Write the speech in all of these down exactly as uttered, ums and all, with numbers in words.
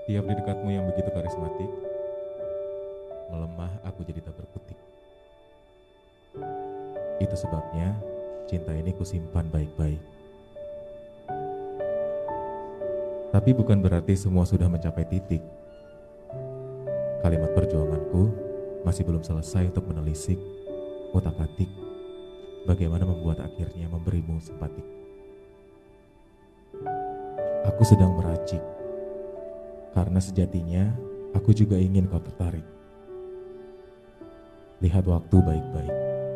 Tiap di dekatmu yang begitu karismatik, melemah aku jadi tak berkutik. Itu sebabnya cinta ini kusimpan baik-baik. Tapi bukan berarti semua sudah mencapai titik. Kalimat perjuanganku masih belum selesai untuk menelisik, otak-atik, bagaimana membuat akhirnya memberimu simpatik. Aku sedang meracik, karena sejatinya aku juga ingin kau tertarik. Lihat waktu baik-baik.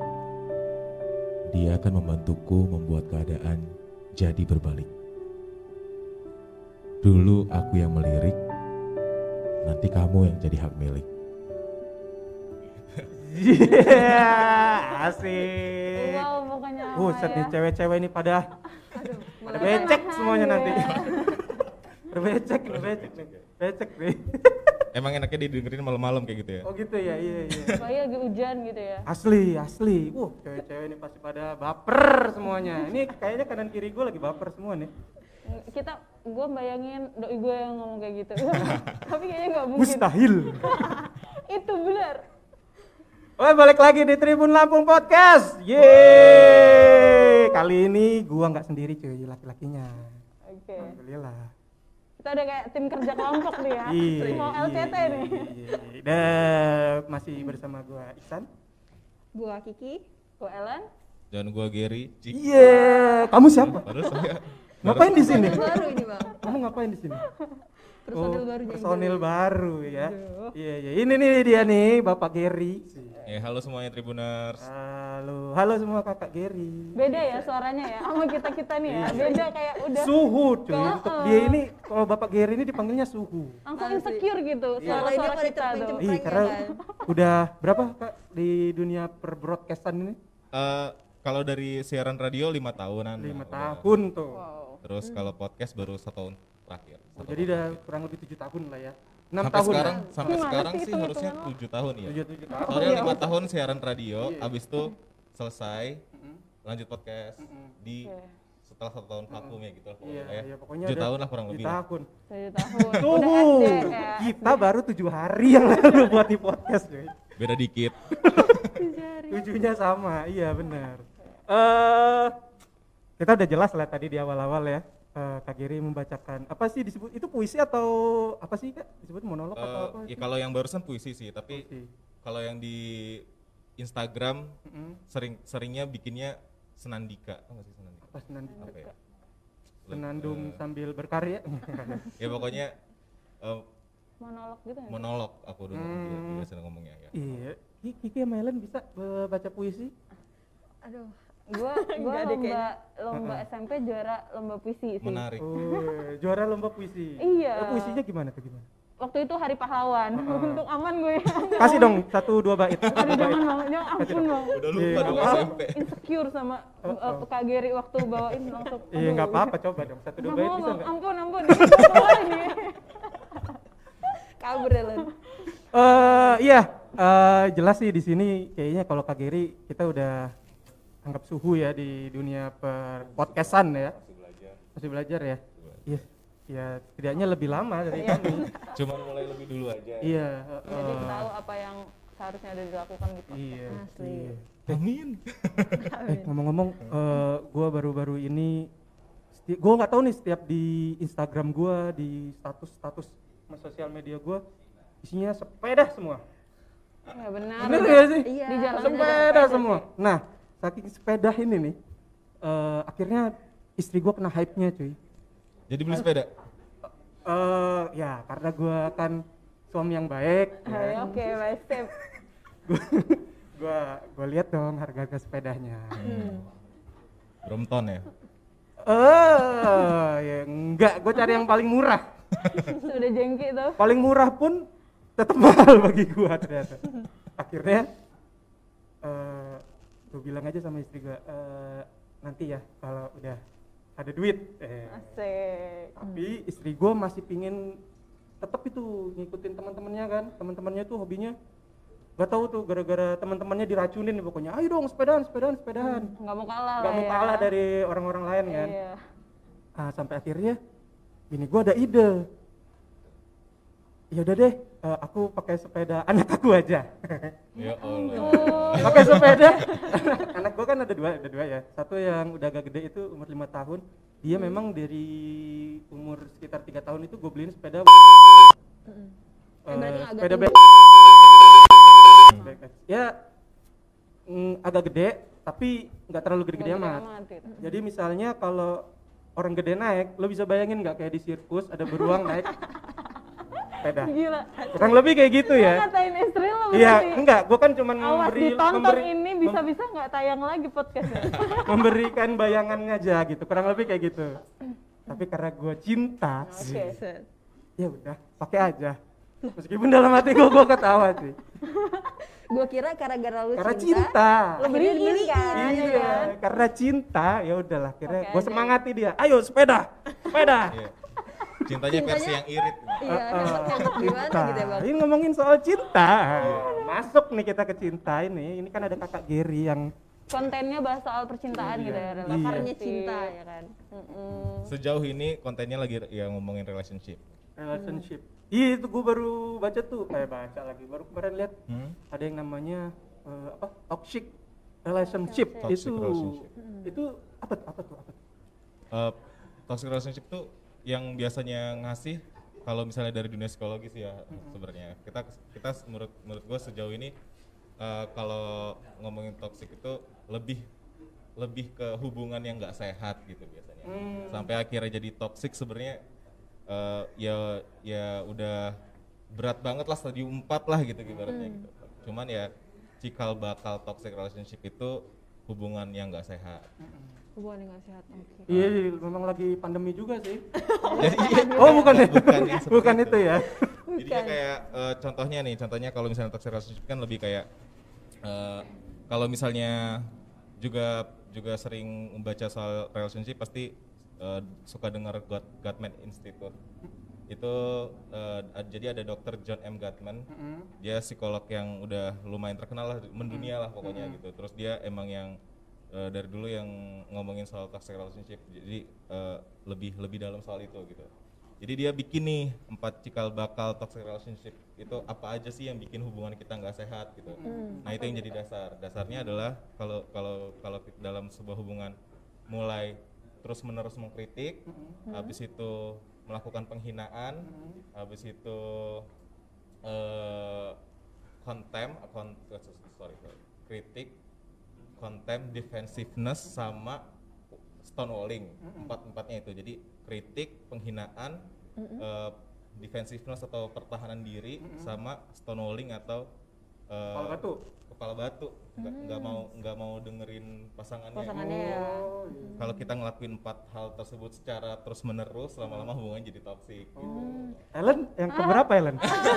Dia akan membantuku membuat keadaan jadi berbalik. Dulu aku yang melirik, nanti kamu yang jadi hak milik. Yeah, asik. Wow, pokoknya apa Buset ya? nih cewek-cewek ini pada Aduh, pada malah becek semuanya ya. nanti. Berbecek, berbecek nih. Becek nih. Emang enaknya didengerin malam-malam kayak gitu ya? Oh gitu ya, iya iya. Apalagi lagi hujan gitu ya. Asli, asli. Wah, cewek-cewek ini pasti pada baper semuanya. Ini kayaknya kanan kiri gue lagi baper semua nih. Kita, gue bayangin doi gue yang ngomong kayak gitu. Tapi kayaknya nggak mungkin. Mustahil. Itu benar. Oke, balik lagi di Tribun Lampung Podcast. Yeay. Kali ini gua nggak sendiri cuy, laki-lakinya. Oke. Alhamdulillah. Kita udah kayak tim kerja kelompok nih ya. Iya, Mau L C T iya, nih. iya, iya. Dan masih bersama gua Iksan. gua Kiki. Gue Ellen. Dan gua Gary. Cik. Iya, kamu siapa? Padahal saya Ngapain di sini? Personil baru ini bang. Kamu ngapain di sini? Personil Oh, baru. personil baru ya. Aduh. Iya, iya. Ini nih dia nih, Bapak Gary. Eh, halo semuanya Tribuners. Halo, halo semua kakak Gary. Beda ya suaranya ya sama kita-kita nih ya. Beda kayak udah Suhu cuy, Kalau, untuk uh, dia ini kalau Bapak Gary ini dipanggilnya suhu. langsung Asli. insecure gitu Iya. suara-suara Lainnya pada kita tuh. cepet-cepet. Iya, Prank karena ya, kan? udah berapa kak di dunia per broadcastan ini? Eh, kalau dari siaran radio lima tahunan. Lima lah, udah. tahun tuh. Wow. Terus kalau podcast baru satu tahun terakhir. Oh, Satu jadi tahun udah terakhir. kurang lebih tujuh tahun lah ya. Enam Sampai tahun. sekarang, sampai Gimana sekarang sih sih itu harusnya hitungan lo? tujuh tahun ya. Tujuh tujuh tahun. Soalnya Ya. lima tahun siaran radio, Iya. abis itu selesai Mm-mm. lanjut podcast Mm-mm. di Oke. setelah satu tahun vakum ya gitu lah Iya, pokoknya ya. iya pokoknya Tujuh ada tahun lah kurang tujuh lebih lah. tahun. tujuh tahun. Tuh, Udah S D kayak. kita baru tujuh hari yang lalu buat di podcast cuy. Beda dikit. Tujuhnya sama, iya benar. Eh, kita udah jelas lah tadi di awal-awal ya. Eh, Kak Giri membacakan apa sih disebut itu puisi atau apa sih Kak? Disebut monolog atau Eh, apa? ya sih? kalau yang barusan puisi sih, tapi Puisi. kalau yang di Instagram Mm-mm. sering seringnya bikinnya senandika, tau gak sih senandika? Apa senandung? Apa ya? Senandung Eh, sambil berkarya. ya pokoknya eh, Monolog gitu ya. monolog aku dulu Hmm. hmm. biasa ngomongnya ya. Iya, Ki- Kiki sama Ellen bisa eh, baca puisi? Aduh. Gua gua Nggak deh lomba lomba S M P juara lomba puisi sih. Menarik. Oh, juara lomba puisi. Iya. Eh, puisinya gimana tuh gimana? Waktu itu hari pahlawan. Untuk aman gue. Kasih dong satu dua bait. Satu Aduh dua jangan bait. bang, jangan ampun bang. Udah lupa Iya, dong nggak S apa-apa. M P. Insecure sama Oh, uh, oh. Kak Geri waktu bawain langsung. Iya nggak apa-apa, coba dong satu dua Nggak bait mau bisa bang, nggak? ampun ampun. Ini keluar ini. Kabur ya Len. Eh iya, eh, jelas sih di sini kayaknya kalau Kak Giri kita udah anggap suhu ya di dunia per podcastan ya. Masih belajar. Masih belajar ya. Iya. Ya setidaknya lebih lama dari kami. Cuman mulai lebih dulu aja. Iya. Jadi eh, tahu apa yang seharusnya ada dilakukan gitu. Iya. Asli. iya. Amin. Eh ngomong-ngomong, eh, gua baru-baru ini, seti- gua nggak tahu nih setiap di Instagram gua, di status-status sosial media gua, isinya sepeda semua. Ya benar. Bener nggak sih? Iya. Di jalan Sepeda semua. Nah, saking sepeda ini nih, eh, akhirnya istri gua kena hype-nya cuy. Jadi beli sepeda. Eh, ya karena gua kan suami yang baik. Ayo, Ya. Oke, baik step. gua gua lihat dong harga-harga sepedanya. Brompton ya. Eh, ya enggak, gua cari yang paling murah. Sudah jengki tuh. Paling murah pun tetap mahal bagi gua ternyata. Akhirnya eh gua bilang aja sama istri gua, eh, nanti ya kalau udah ada duit. Eh, Asik. tapi istri gua masih pingin tetap itu ngikutin teman-temannya kan. Teman-temannya tuh hobinya gak tahu tuh gara-gara teman-temannya diracunin nih pokoknya. Ayo dong sepedaan, sepedaan, sepedaan. Nggak mau kalah Gak lah mau ya. kalah dari orang-orang lain kan. Iya. Ah, sampai akhirnya bini gua ada ide. ya udah deh, uh, aku pakai sepeda anak aku aja. Ya Allah. Oh, Pakai sepeda. Anak gua kan ada dua, ada dua ya. Satu yang udah agak gede itu umur lima tahun. Dia Hmm. memang dari umur sekitar tiga tahun itu gue beliin sepeda. Mm-mm. eh, Eh, berarti yang agak sepeda tinggi. B M X. Ya mm, agak gede, tapi nggak terlalu gede-gede nggak amat. amat gitu. Jadi misalnya kalau orang gede naik, lo bisa bayangin nggak kayak di sirkus ada beruang naik sepeda. Gila. Kurang lebih kayak gitu Lu ya. ngatain istri lo Iya, berarti. enggak, gua kan cuman Awas memberi ditonton memberi- ini mem- bisa-bisa nggak tayang lagi podcastnya. memberikan bayangannya aja gitu. Kurang lebih kayak gitu. Tapi karena gua cinta, Oke. Set. ya udah, pakai aja. Meskipun dalam hati gua gua ketawa sih. Gua kira gara-gara lu Karena cinta, cinta. Lo beliin Akhirnya kan, ya Iya, kan? karena cinta ya udahlah, kira Pakai gua aja. semangati dia. Ayo sepeda, sepeda. Iya. Cintanya versi Cintanya- yang irit. iya, hemat-hemat gimana Cinta. gitu ya bang. Ini ngomongin soal cinta. Masuk nih kita ke cinta ini. Ini kan ada kakak Geri yang Kontennya bahas soal percintaan Iya. gitu ya, Iya. relasi. Akarnya cinta ya kan. Mm-mm. Sejauh ini kontennya lagi ya ngomongin relationship. relationship. Iya itu gue baru baca tuh, eh baca lagi baru kemarin lihat Hmm? ada yang namanya eh, apa toxic relationship. Toxic itu relationship. itu apa tuh apa tuh apa tuh? Uh, toxic relationship tuh yang biasanya ngasih kalau misalnya dari dunia psikologis ya sebenarnya kita kita menurut menurut gue sejauh ini uh, kalau ngomongin toxic itu lebih lebih ke hubungan yang nggak sehat gitu biasanya sampai akhirnya jadi toxic sebenarnya uh, ya ya udah berat banget lah stadium empat lah gitu ibaratnya gitu. Cuman ya cikal bakal toxic relationship itu hubungan yang nggak sehat. Hubungan yang nggak sehat. Oke. Iya memang lagi pandemi juga sih. Jadi Oh bukan itu, bukan yang seperti bukan itu ya. Jadinya kayak eh, contohnya nih, contohnya kalau misalnya toxic relationship kan lebih kayak eh, kalau misalnya juga juga sering membaca soal relationship pasti eh, suka dengar God, Gottman Institute. Itu eh, ad- jadi ada dokter John M. Gottman, dia psikolog yang udah lumayan terkenal lah, mendunia lah pokoknya gitu. Terus dia emang yang eh, dari dulu yang ngomongin soal toxic relationship, jadi eh, lebih lebih dalam soal itu gitu. Jadi dia bikin nih empat cikal bakal toxic relationship itu apa aja sih yang bikin hubungan kita nggak sehat gitu. Nah itu yang jadi dasar. Dasarnya adalah kalau kalau kalau dalam sebuah hubungan mulai terus menerus mengkritik, habis itu melakukan penghinaan, habis itu eh contempt, kon- sorry, sorry, kritik, contempt, defensiveness sama stonewalling. Empat-empatnya itu. Jadi kritik, penghinaan, eh, defensiveness atau pertahanan diri, sama stonewalling atau eh, Kepala batu. kepala batu. Nggak nggak mau nggak mau dengerin pasangannya. Pasangannya ya. Oh, iya. Kalau kita ngelakuin empat hal tersebut secara terus menerus, lama-lama hubungannya jadi toksik. Gitu. Ellen yang keberapa Ellen?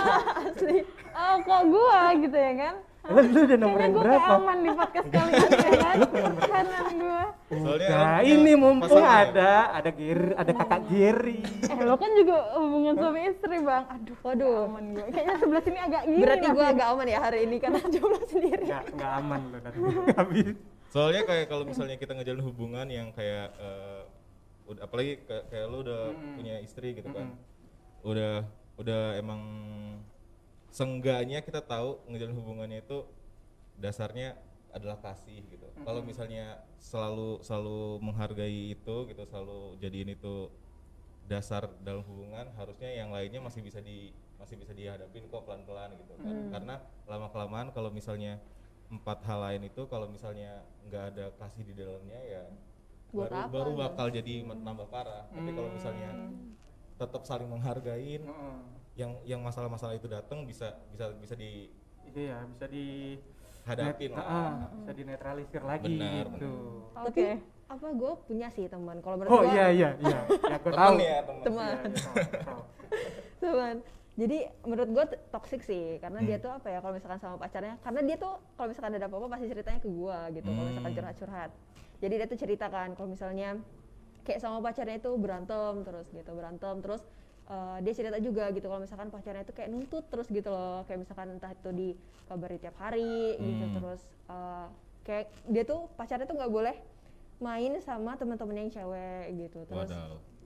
Oh kok gua gitu ya kan? Ellen lu udah nomor Kayaknya yang gua berapa? kayak aman di podcast kali ini ya kan? Kanan gua. Soalnya Nah Ellen ini punya mumpung pasangan ya. ada ada Geri, ada kakak Geri. Eh lo kan juga hubungan suami istri bang. Aduh, Waduh. aman gua. Kayaknya sebelah sini agak gini. Berarti gua nasibnya. agak aman ya hari ini karena jomblo sendiri. Nggak nggak aman lo dari habis. Soalnya kayak kalau misalnya kita ngejalin hubungan yang kayak eh, ud- apalagi kayak, kayak lu udah punya istri gitu kan. Udah udah emang seenggaknya kita tahu ngejalin hubungannya itu dasarnya adalah kasih gitu. Kalau misalnya selalu selalu menghargai itu gitu, selalu jadiin itu dasar dalam hubungan, harusnya yang lainnya masih bisa di masih bisa dihadapin kok pelan-pelan gitu kan. Karena lama-kelamaan kalau misalnya empat hal lain itu kalau misalnya nggak ada kasih di dalamnya ya Buat baru, apa baru gitu? bakal jadi nambah parah. Tapi kalau misalnya tetap saling menghargain, Heeh. yang yang masalah-masalah itu datang bisa bisa bisa di Itu ya bisa di hadapin net- lah. ah, bisa dinetralisir lagi Benar, gitu. Tapi Oke. apa gue punya sih teman. Kalau menurut Oh gua iya iya iya. Ya gue tahu. Temen ya temen. teman. Iya, iya, tahu, tahu. teman. Jadi menurut gue toxic sih karena dia tuh apa ya kalau misalkan sama pacarnya karena dia tuh kalau misalkan ada apa-apa pasti ceritanya ke gue gitu kalau misalkan Hmm. curhat-curhat. Jadi dia tuh ceritakan kalau misalnya kayak sama pacarnya itu berantem terus gitu berantem terus eh, dia cerita juga gitu kalau misalkan pacarnya itu kayak nuntut terus gitu loh kayak misalkan entah itu dikabari tiap hari gitu Hmm. terus eh, kayak dia tuh pacarnya tuh nggak boleh main sama teman-teman yang cewek gitu terus Wadaw.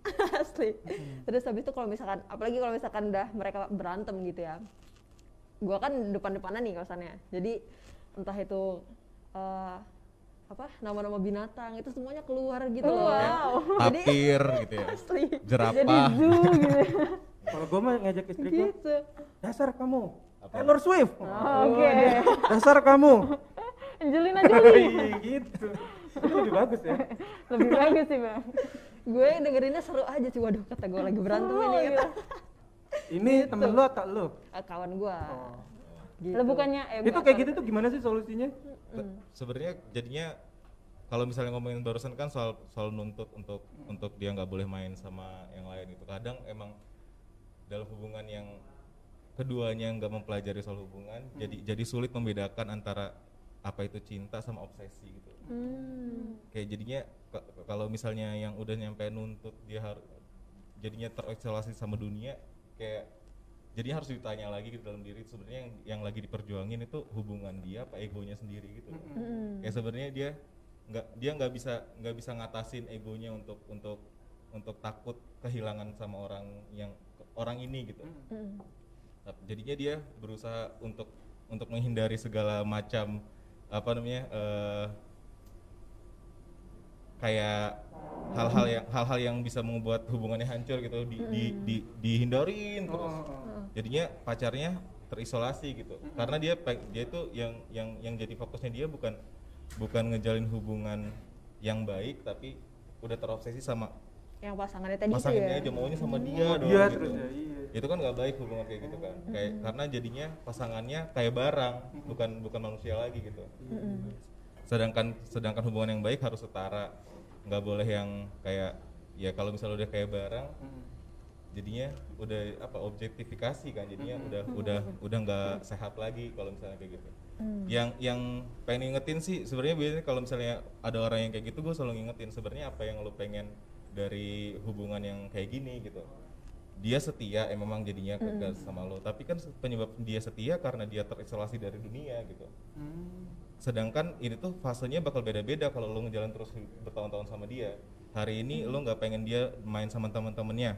asli. Terus habis itu kalau misalkan, apalagi kalau misalkan udah mereka berantem gitu ya, gue kan depan-depanan nih kosannya, jadi entah itu uh, apa nama-nama binatang itu semuanya keluar gitu loh. Wow. Jadi Tapir gitu ya. asli Jadi Jerapah. zoo gitu. Kalau gue mah ngajak istri gue, gitu. dasar kamu Apa? Taylor Swift. Oh, Oke. Dasar kamu. Angelina Jolie. Iya, gitu. Itu lebih bagus ya. Lebih bagus sih bang. Gue dengerinnya seru aja sih, waduh kata gue lagi berantem Oh, ini gitu. kata Ini temen lu atau lu? Eh, kawan gue. Oh. Gitu. Lah bukannya eh, Itu bukan, kayak sorry. gitu tuh gimana sih solusinya? Sebenarnya jadinya kalau misalnya ngomongin barusan kan soal soal nuntut untuk untuk dia nggak boleh main sama yang lain itu kadang emang dalam hubungan yang keduanya nggak mempelajari soal hubungan Hmm. jadi jadi sulit membedakan antara apa itu cinta sama obsesi gitu. Hmm. Kayak jadinya k- kalau misalnya yang udah nyampe nuntut dia harus jadinya terisolasi sama dunia kayak jadinya harus ditanya lagi gitu dalam diri sebenarnya yang yang lagi diperjuangin itu hubungan dia apa egonya sendiri gitu. Hmm. Kayak sebenarnya dia nggak dia nggak bisa nggak bisa ngatasin egonya untuk untuk untuk takut kehilangan sama orang yang orang ini gitu. Hmm. Tapi jadinya dia berusaha untuk untuk menghindari segala macam apa namanya eh, kayak hal-hal yang hal-hal yang bisa membuat hubungannya hancur gitu di, di, di dihindarin terus. Oh, oh, oh. Jadinya pacarnya terisolasi gitu karena dia pe- dia itu yang yang yang jadi fokusnya dia bukan bukan ngejalin hubungan yang baik tapi udah terobsesi sama Yang pasangannya tadi itu pasangannya ya. aja maunya sama dia Oh, doang dia gitu. terus ya, iya. Itu kan nggak baik hubungan kayak gitu kan kayak karena jadinya pasangannya kayak barang bukan bukan manusia lagi gitu. Sedangkan sedangkan hubungan yang baik harus setara nggak boleh yang kayak ya kalau misalnya udah kayak barang jadinya udah apa objektifikasi kan jadinya udah udah udah nggak sehat lagi kalau misalnya kayak gitu. Yang yang pengen ngingetin sih sebenarnya biasanya kalau misalnya ada orang yang kayak gitu gue selalu ngingetin sebenarnya apa yang lo pengen dari hubungan yang kayak gini gitu. Dia setia eh memang jadinya ke sama lo tapi kan penyebab dia setia karena dia terisolasi dari dunia gitu. Sedangkan ini tuh fasenya bakal beda-beda kalau lo ngejalan terus bertahun-tahun sama dia. Hari ini lo nggak pengen dia main sama teman-temannya,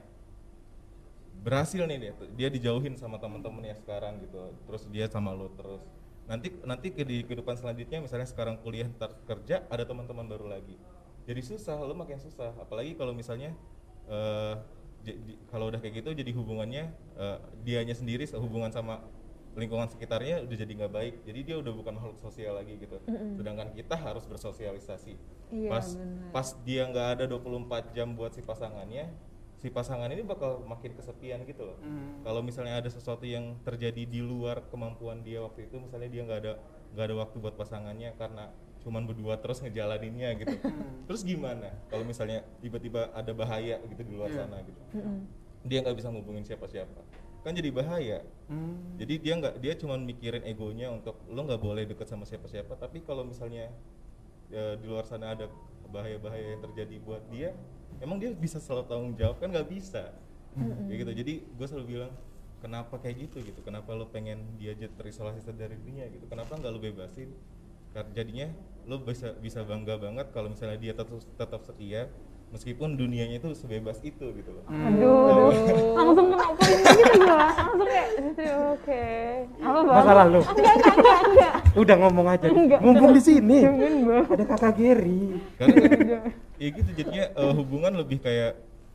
berhasil nih dia, dia dijauhin sama teman-temannya sekarang gitu, terus dia sama lo terus. Nanti nanti ke di kehidupan selanjutnya misalnya sekarang kuliah ntar kerja ada teman-teman baru lagi. Jadi susah, lo makin susah. Apalagi kalau misalnya eh, j- j- kalau udah kayak gitu jadi hubungannya eh, dianya sendiri hubungan sama lingkungan sekitarnya udah jadi nggak baik, jadi dia udah bukan makhluk sosial lagi gitu. Sedangkan kita harus bersosialisasi. Iya, pas benar. pas dia nggak ada dua puluh empat jam buat si pasangannya, si pasangan ini bakal makin kesepian gitu loh. Kalau misalnya ada sesuatu yang terjadi di luar kemampuan dia waktu itu, misalnya dia nggak ada nggak ada waktu buat pasangannya karena cuman berdua terus ngejalaninnya gitu. Terus gimana? Kalau misalnya tiba-tiba ada bahaya gitu di luar sana gitu, dia nggak bisa ngubungin siapa-siapa, kan jadi bahaya. Jadi dia nggak dia cuma mikirin egonya untuk lo nggak boleh deket sama siapa-siapa. Tapi kalau misalnya e, di luar sana ada bahaya-bahaya yang terjadi buat dia, emang dia bisa selalu tanggung jawab kan? Nggak bisa. Kayak gitu. Jadi gue selalu bilang kenapa kayak gitu gitu? Kenapa lo pengen dia jadi terisolasi dari dunia gitu? Kenapa nggak lo bebasin? Karena jadinya lo bisa bisa bangga banget kalau misalnya dia tetap tetap setia meskipun dunianya itu sebebas itu gitu loh. Aduh, langsung kena poin gitu gua. Langsung kayak oke. Apa bang? Masalah lu. Enggak, enggak, enggak, enggak. Udah ngomong aja. Enggak. Mumpung di sini. Jangan bang. Ada kakak Gary. Karena ya gitu jadinya eh, hubungan lebih kayak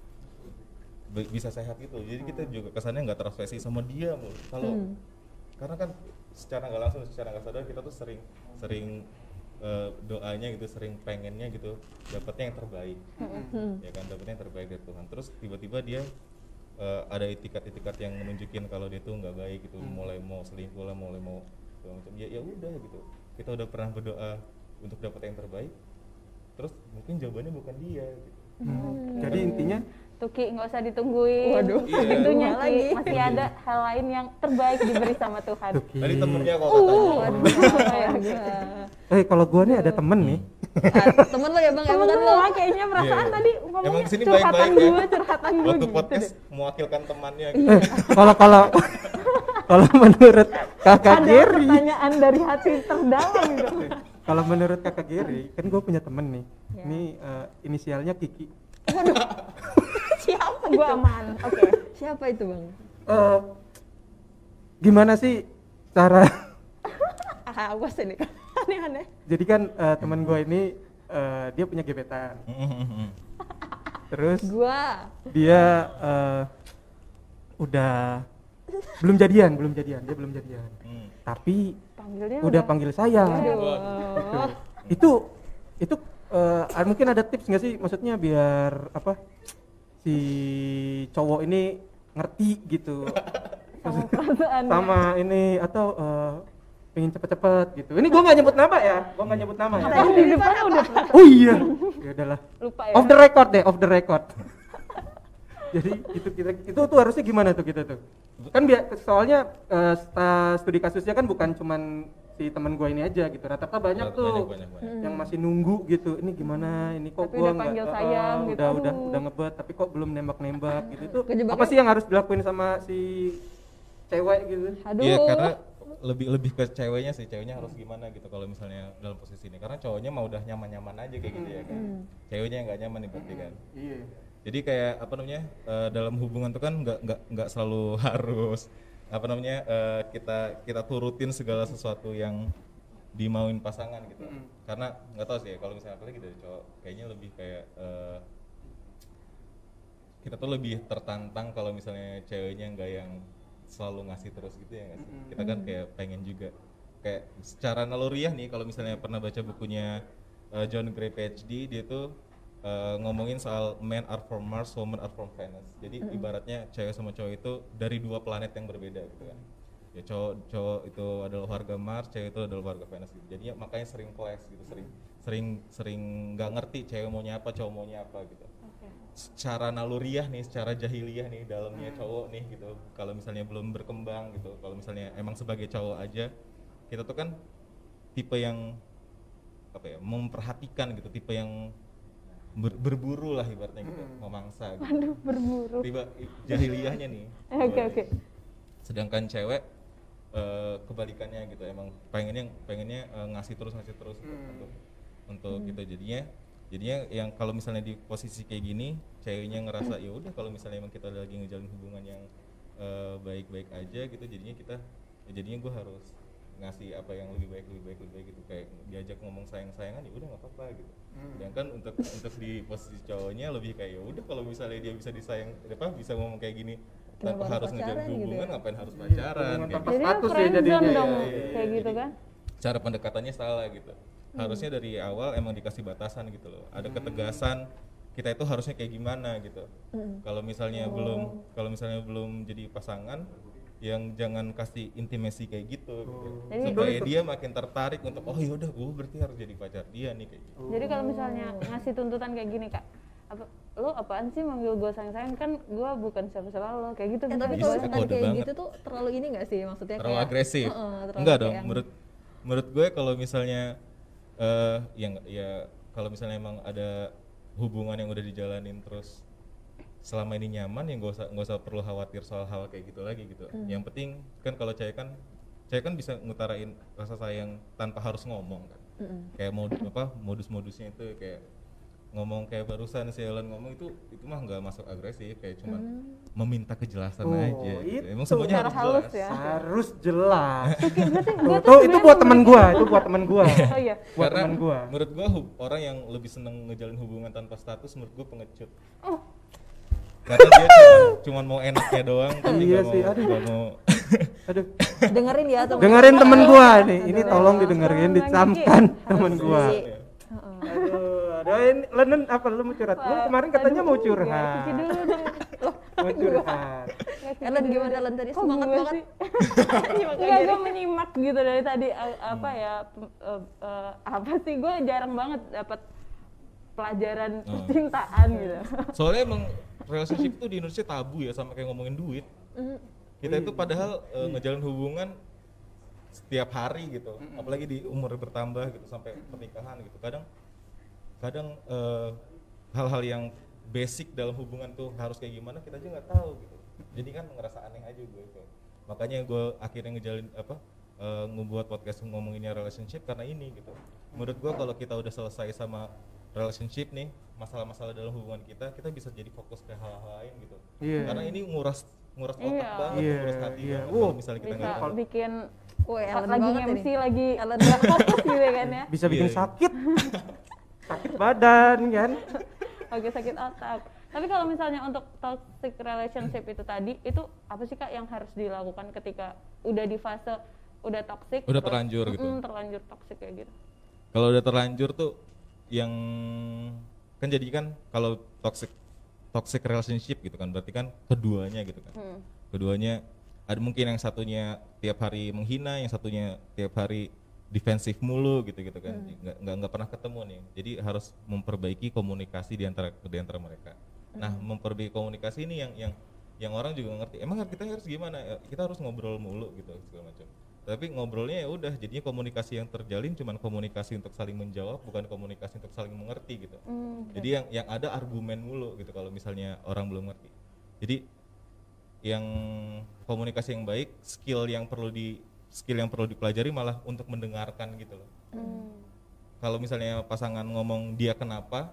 be- bisa sehat gitu. Jadi kita juga kesannya nggak terobsesi sama dia mulu. Kalau karena kan secara nggak langsung, secara nggak sadar kita tuh sering sering eh, doanya gitu, sering pengennya gitu dapatnya yang terbaik, ya kan dapatnya yang terbaik dari Tuhan. Terus tiba-tiba dia eh, ada itikat-itikat yang menunjukin kalau dia tuh nggak baik gitu, mulai mau selingkuh lah, mulai mau segala macam. Ya ya udah gitu. Kita udah pernah berdoa untuk dapat yang terbaik, terus mungkin jawabannya bukan dia gitu. Jadi intinya Tuh Ki, nggak usah ditungguin. Waduh. Iya. Segitunya Iya. Ki, masih ada hal lain yang terbaik diberi sama Tuhan. tuh, Ki. Tadi temennya kok katanya. Waduh, astaga. Eh kalau gua nih ada temen nih. Ah, temen lo ya bang, emang Temen kan lo semua kayaknya perasaan Iya. tadi Emang ngomongnya kesini curhatan baik-baik ya. gue, curhatan gue Waktu gitu podcast deh. mewakilkan temannya gitu. Eh kalau kalau kalau menurut kakak Ada Gary, pertanyaan dari hati terdalam gitu. kalau menurut kakak Gary, kan gue punya temen nih. Ya. Ini eh, inisialnya Kiki. Gue aman. Oke. Siapa itu bang? Eh, gimana sih cara Ah, awas ini kan aneh-aneh. jadi kan eh, teman gue ini eh, dia punya gebetan, terus Gua dia eh, udah belum jadian belum jadian dia belum jadian Hmm. tapi Panggilnya udah panggil sayang. Aduh. itu itu eh, mungkin ada tips nggak sih, maksudnya biar apa si cowok ini ngerti gitu sama perasaannya. sama ini, atau eh, pengen cepet-cepet gitu. Ini gua nggak nyebut nama ya, gua nggak nyebut nama ya. Tadi di depan udah Oh iya, ya udahlah. lupa ya. Off the record deh, off the record. Jadi itu kita itu tuh harusnya gimana tuh kita tuh? Kan biar soalnya eh, sta- studi kasusnya kan bukan cuman si teman gua ini aja gitu. Rata-rata banyak Banyak, tuh banyak, banyak. yang masih nunggu gitu. Ini gimana? Ini kok Tapi gua udah nggak panggil eh, sayang eh, gitu. udah udah Aduh. udah ngebet tapi kok belum nembak-nembak gitu. Itu Kejebaknya- apa sih yang harus dilakuin sama si cewek gitu? Aduh. Iya, karena lebih lebih ke ceweknya sih, ceweknya harus gimana gitu kalau misalnya dalam posisi ini, karena cowoknya mah udah nyaman-nyaman aja kayak gitu ya kan, ceweknya yang nggak nyaman nih berarti kan. Iya. Jadi kayak apa namanya, eh, dalam hubungan tuh kan nggak nggak nggak selalu harus apa namanya, eh, kita kita turutin segala sesuatu yang dimauin pasangan gitu. Mm. Karena nggak tahu sih ya, kalau misalnya apalagi dari cowok kayaknya lebih kayak eh, kita tuh lebih tertantang kalau misalnya ceweknya nggak yang selalu ngasih terus gitu ya nggak sih. Mm-mm. Kita kan kayak pengen juga kayak secara naluriah nih, kalau misalnya pernah baca bukunya eh, John Gray P H D, dia tuh eh, ngomongin soal men are from Mars, women are from Venus. Jadi ibaratnya cewek sama cowok itu dari dua planet yang berbeda gitu kan. Ya cowok cowok itu adalah warga Mars, cewek itu adalah warga Venus gitu. Jadi makanya sering clash gitu, sering sering sering nggak ngerti cewek maunya apa, cowok maunya apa gitu. Secara naluriah nih, secara jahiliyah nih, dalamnya cowok nih gitu, kalau misalnya belum berkembang gitu, kalau misalnya emang sebagai cowok aja, kita tuh kan tipe yang apa ya, memperhatikan gitu, tipe yang ber- berburu lah ibaratnya gitu, memangsa gitu. Aduh, berburu. Tiba jahiliyahnya nih. Oke, oke. Sedangkan cewek eh, kebalikannya gitu, emang pengennya pengennya eh, ngasih terus ngasih terus gitu, Hmm. untuk untuk gitu jadinya jadinya yang kalau misalnya di posisi kayak gini ceweknya ngerasa ya udah kalau misalnya emang kita lagi ngejalin hubungan yang eh, baik-baik aja gitu, jadinya kita ya jadinya gue harus ngasih apa yang lebih baik lebih baik lebih baik gitu, kayak diajak ngomong sayang-sayangan ya udah nggak apa-apa gitu. Sedangkan untuk untuk di posisi cowoknya lebih kayak ya udah kalau misalnya dia bisa disayang apa bisa ngomong kayak gini tanpa Kenapa harus harus ngejalin pacaran gitu hubungan, ya? ngapain harus pacaran hubungan kayak tanpa gitu. Jadi kan status ya friendzone jadinya ya. dong, Iya, iya, kayak iya. gitu Jadi, kan. cara pendekatannya salah gitu. Harusnya dari awal emang dikasih batasan gitu loh. Ada ketegasan kita itu harusnya kayak gimana gitu. Kalau misalnya belum kalau misalnya belum jadi pasangan, yang jangan kasih intimasi kayak gitu gitu. Jadi- Supaya dia makin tertarik untuk oh yaudah gue berarti harus jadi pacar dia nih kayak gitu. Jadi kalau misalnya ngasih tuntutan kayak gini kak, apa lo apaan sih manggil gue sayang-sayang, kan gue bukan siapa-siapa lo, kayak gitu. Eh, tapi bisa. kalau Bisa, misalkan kode kayak banget. gitu tuh terlalu ini nggak sih, maksudnya Terlalu kayak agresif. Heeh, terlalu Enggak dong, kayak- menurut menurut gue kalau misalnya eh yang ya kalau misalnya emang ada hubungan yang udah dijalanin terus selama ini nyaman, ya nggak usah nggak usah perlu khawatir soal hal kayak gitu lagi gitu. Yang penting kan kalau cewek kan cewek kan bisa ngutarain rasa sayang tanpa harus ngomong kan. Kayak mod apa modus-modusnya itu kayak ngomong kayak barusan si Ellen ngomong itu itu mah nggak masuk agresif, kayak cuma meminta kejelasan Oh, aja gitu. itu. Emang semuanya Secara harus halus jelas. ya. Harus jelas. Oke, berarti Tuh, gue tuh, itu buat teman gua, itu buat teman gua. Oh iya. Buat Karena teman gua. menurut gua hub- orang yang lebih seneng ngejalin hubungan tanpa status menurut gua pengecut. Oh. Karena dia cuman, cuman mau enaknya doang, tapi Iya nggak sih, mau aduh. nggak mau. Aduh, dengerin ya teman. dengerin temen gua nih. Ini Aduh. tolong didengerin, Tolong, dicamkan Kiki. temen gua. Iya. Aduh, aduh ini Lenen apa lu mau curhat? Lu kemarin katanya mau Ya, Kiki curhat. dulu dong. Mau curhat. Ya, Kiki Ellen dulu gimana deh. Ellen tadi Kok semangat gue banget. sih? Enggak, gue menyimak gitu dari tadi a- apa ya pem- eh, eh, apa sih, gue jarang banget dapat pelajaran Oh. percintaan gitu. Soalnya emang relationship itu di Indonesia tabu ya, sama kayak ngomongin duit. Kita itu padahal eh, ngejalin hubungan setiap hari gitu, apalagi di umur bertambah gitu sampai pernikahan gitu. Kadang kadang eh, hal-hal yang basic dalam hubungan tuh harus kayak gimana kita aja nggak tahu gitu. Jadi kan ngerasa aneh aja gue itu. Makanya gue akhirnya ngejalin apa eh, ngebuat podcast ngomonginnya relationship karena ini gitu. Menurut gue kalau kita udah selesai sama relationship nih, masalah-masalah dalam hubungan kita, kita bisa jadi fokus ke hal-hal lain gitu. Iya. Karena ini nguras nguras otak Iya. banget, Iya, nguras hati iya. banget. Wow. Kalau misalnya kita Bisa nggak bikin Woi, Ellen lagi banget M C ini. lagi Ellen. nggak fokus gitu kan ya. Bisa bikin Iya. sakit. Sakit badan kan. Lagi sakit otak. Tapi kalau misalnya untuk toxic relationship itu tadi, itu apa sih Kak yang harus dilakukan ketika udah di fase udah toxic? Udah terus- terlanjur gitu. Mm-mm, terlanjur toxic kayak gitu. Kalau udah terlanjur tuh yang kan jadi kan kalau toxic toxic relationship gitu kan berarti kan keduanya gitu kan. Hmm. Keduanya ada mungkin yang satunya tiap hari menghina, yang satunya tiap hari defensif mulu gitu gitu kan. Nggak nggak nggak pernah ketemu nih. Jadi harus memperbaiki komunikasi di antara di antara mereka. Nah, memperbaiki komunikasi ini yang yang yang orang juga ngerti. Emang kita harus gimana? Ya, kita harus ngobrol mulu gitu segala macam. Tapi ngobrolnya ya udah jadinya komunikasi yang terjalin cuman komunikasi untuk saling menjawab, bukan komunikasi untuk saling mengerti gitu. Hmm, Jadi yang yang ada argumen mulu gitu kalau misalnya orang belum ngerti. Jadi yang komunikasi yang baik, skill yang perlu di skill yang perlu dipelajari malah untuk mendengarkan gitu loh. hmm. Kalau misalnya pasangan ngomong dia kenapa,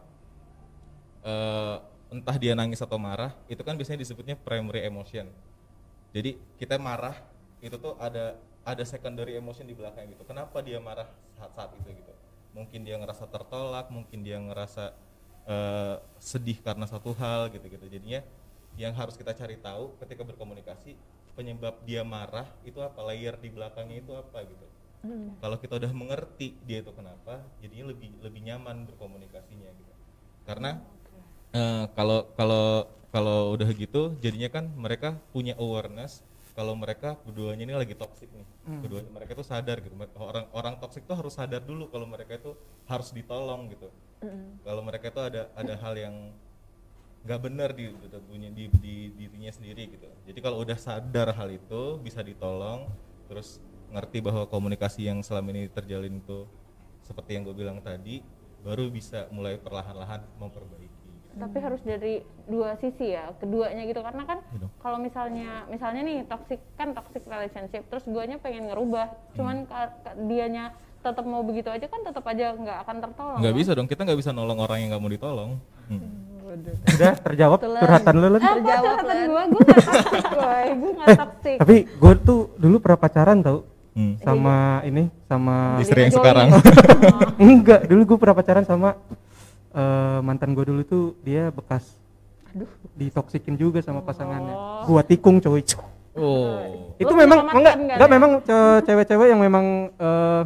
eh, entah dia nangis atau marah, itu kan biasanya disebutnya primary emotion. Jadi kita marah itu tuh ada ada secondary emotion di belakang gitu. Kenapa dia marah saat saat itu gitu? Mungkin dia ngerasa tertolak, mungkin dia ngerasa eh, sedih karena satu hal gitu-gitu. Jadinya yang harus kita cari tahu ketika berkomunikasi, penyebab dia marah itu apa, layer di belakangnya itu apa gitu. Kalau kita udah mengerti dia itu kenapa, jadinya lebih lebih nyaman berkomunikasinya gitu. Karena eh, kalau kalau kalau udah gitu, jadinya kan mereka punya awareness kalau mereka keduanya ini lagi toxic nih. Keduanya mereka itu sadar gitu. Orang orang toxic tuh harus sadar dulu kalau mereka itu harus ditolong gitu. Kalau mereka itu ada ada hal yang nggak benar di di di, di dirinya sendiri gitu. Jadi kalau udah sadar hal itu bisa ditolong, terus ngerti bahwa komunikasi yang selama ini terjalin itu seperti yang gue bilang tadi, baru bisa mulai perlahan-lahan memperbaiki. Tapi harus dari dua sisi ya, keduanya gitu, karena kan Gitu. kalau misalnya misalnya nih toxic kan toxic relationship, terus guanya pengen ngerubah, cuman ka- ka- dianya tetap mau begitu aja kan tetap aja nggak akan tertolong. Nggak kan? bisa dong, kita nggak bisa nolong orang yang nggak mau ditolong. Hmm. Udah terjawab Betulan. curhatan lu Len. Eh, apa Terjawab, curhatan Len. gua, gua nggak toxic, boy, gua nggak toxic. Tapi gue tuh dulu pernah pacaran tau Hmm. sama ini sama Istri yang Joey. sekarang. enggak, dulu gue pernah pacaran sama eh, mantan gue dulu tuh dia bekas aduh ditoksikin juga sama pasangannya. Gua tikung coy. Oh. Itu Lu memang menyelamatkan enggak kan enggak ya? memang ce- cewek-cewek yang memang eh,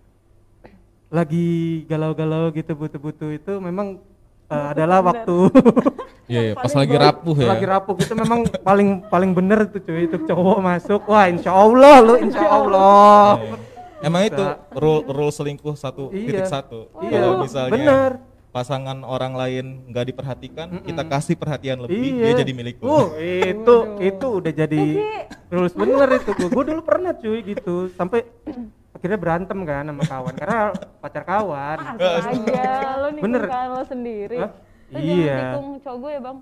lagi galau-galau gitu butuh-butuh itu memang eh, adalah waktu Iya, iya, pas lagi rapuh ya. lagi rapuh itu memang paling paling bener tuh cuy itu cowok masuk. Wah, insya Allah lu insya Allah. Iya. Emang itu rule rule selingkuh satu Iya. titik satu. Iya, Kalau misalnya bener. pasangan orang lain nggak diperhatikan, kita kasih perhatian lebih, Iya. dia jadi milik lu. Uh, itu itu udah jadi rules bener itu. Gue gue dulu pernah cuy gitu sampai akhirnya berantem kan sama kawan karena pacar kawan. Astaga, lo Bener. nikungkan lo sendiri. Hah? Lo Iya. jangan nikung cowok gue ya bang.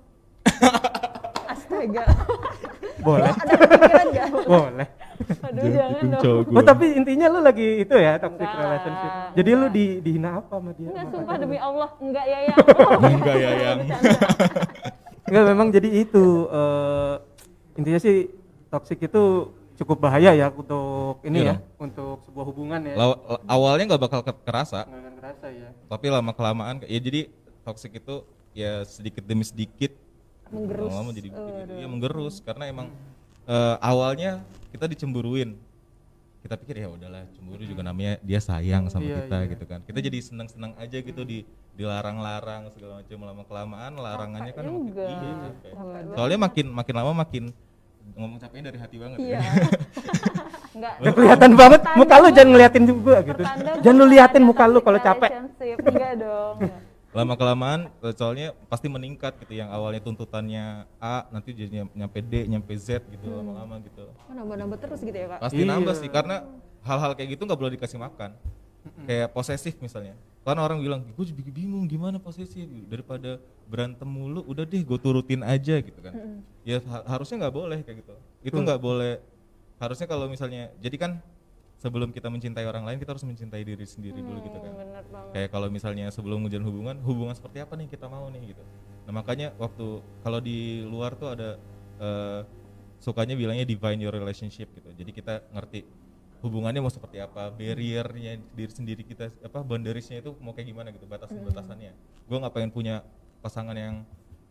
Astaga. Boleh, Ada kepikiran nggak? boleh. Aduh jangan dong. Oh tapi intinya lu lagi itu ya toxic Enggak, relationship. Jadi lu di dihina apa sama dia? Enggak, sama sumpah pacar lu? demi Allah, enggak ya yang. Enggak ya yang. Enggak, memang jadi itu eh, intinya sih toxic itu cukup bahaya ya untuk ini Iya ya, dong. untuk sebuah hubungan ya. Law- awalnya nggak bakal ke- kerasa, Nggak akan kerasa ya. tapi lama kelamaan ya jadi toxic itu ya sedikit demi sedikit Menggerus. lama-lama jadi begitu. Ya menggerus karena emang eh, awalnya kita dicemburuin. Kita pikir ya udahlah, cemburu juga namanya dia sayang sama Iya, kita iya. gitu kan. Kita jadi senang-senang aja gitu di dilarang-larang segala macam, lama kelamaan larangannya kan makin juga. iya, capek. Capek Soalnya makin makin lama makin ngomong capeknya dari hati banget Iya. ya. Enggak. Udah kelihatan banget muka lu, jangan ngeliatin juga gitu. Pertanda Jangan lu gua liatin ada muka lu toxic kalau capek. relationship. Enggak dong. Lama kelamaan soalnya pasti meningkat gitu, yang awalnya tuntutannya A nanti jadi nyampe D, nyampe Z gitu lama-lama gitu. Oh, nambah-nambah terus gitu ya kak? Pasti Iya. nambah sih karena hal-hal kayak gitu nggak boleh dikasih makan. Kayak posesif misalnya. Karena orang bilang, gue juga bingung gimana posesif, daripada berantem mulu, udah deh gue turutin aja gitu kan. Ya ha- harusnya nggak boleh kayak gitu. Itu nggak boleh. Harusnya kalau misalnya, jadi kan sebelum kita mencintai orang lain kita harus mencintai diri sendiri dulu gitu kan. Bener banget. Kayak kalau misalnya sebelum menjalin hubungan, hubungan seperti apa nih kita mau nih gitu. Nah makanya waktu kalau di luar tuh ada uh, sukanya bilangnya define your relationship gitu. Jadi kita ngerti hubungannya mau seperti apa, barriernya diri sendiri kita, apa boundariesnya itu mau kayak gimana gitu, batasan-batasannya. Gue nggak pengen punya pasangan yang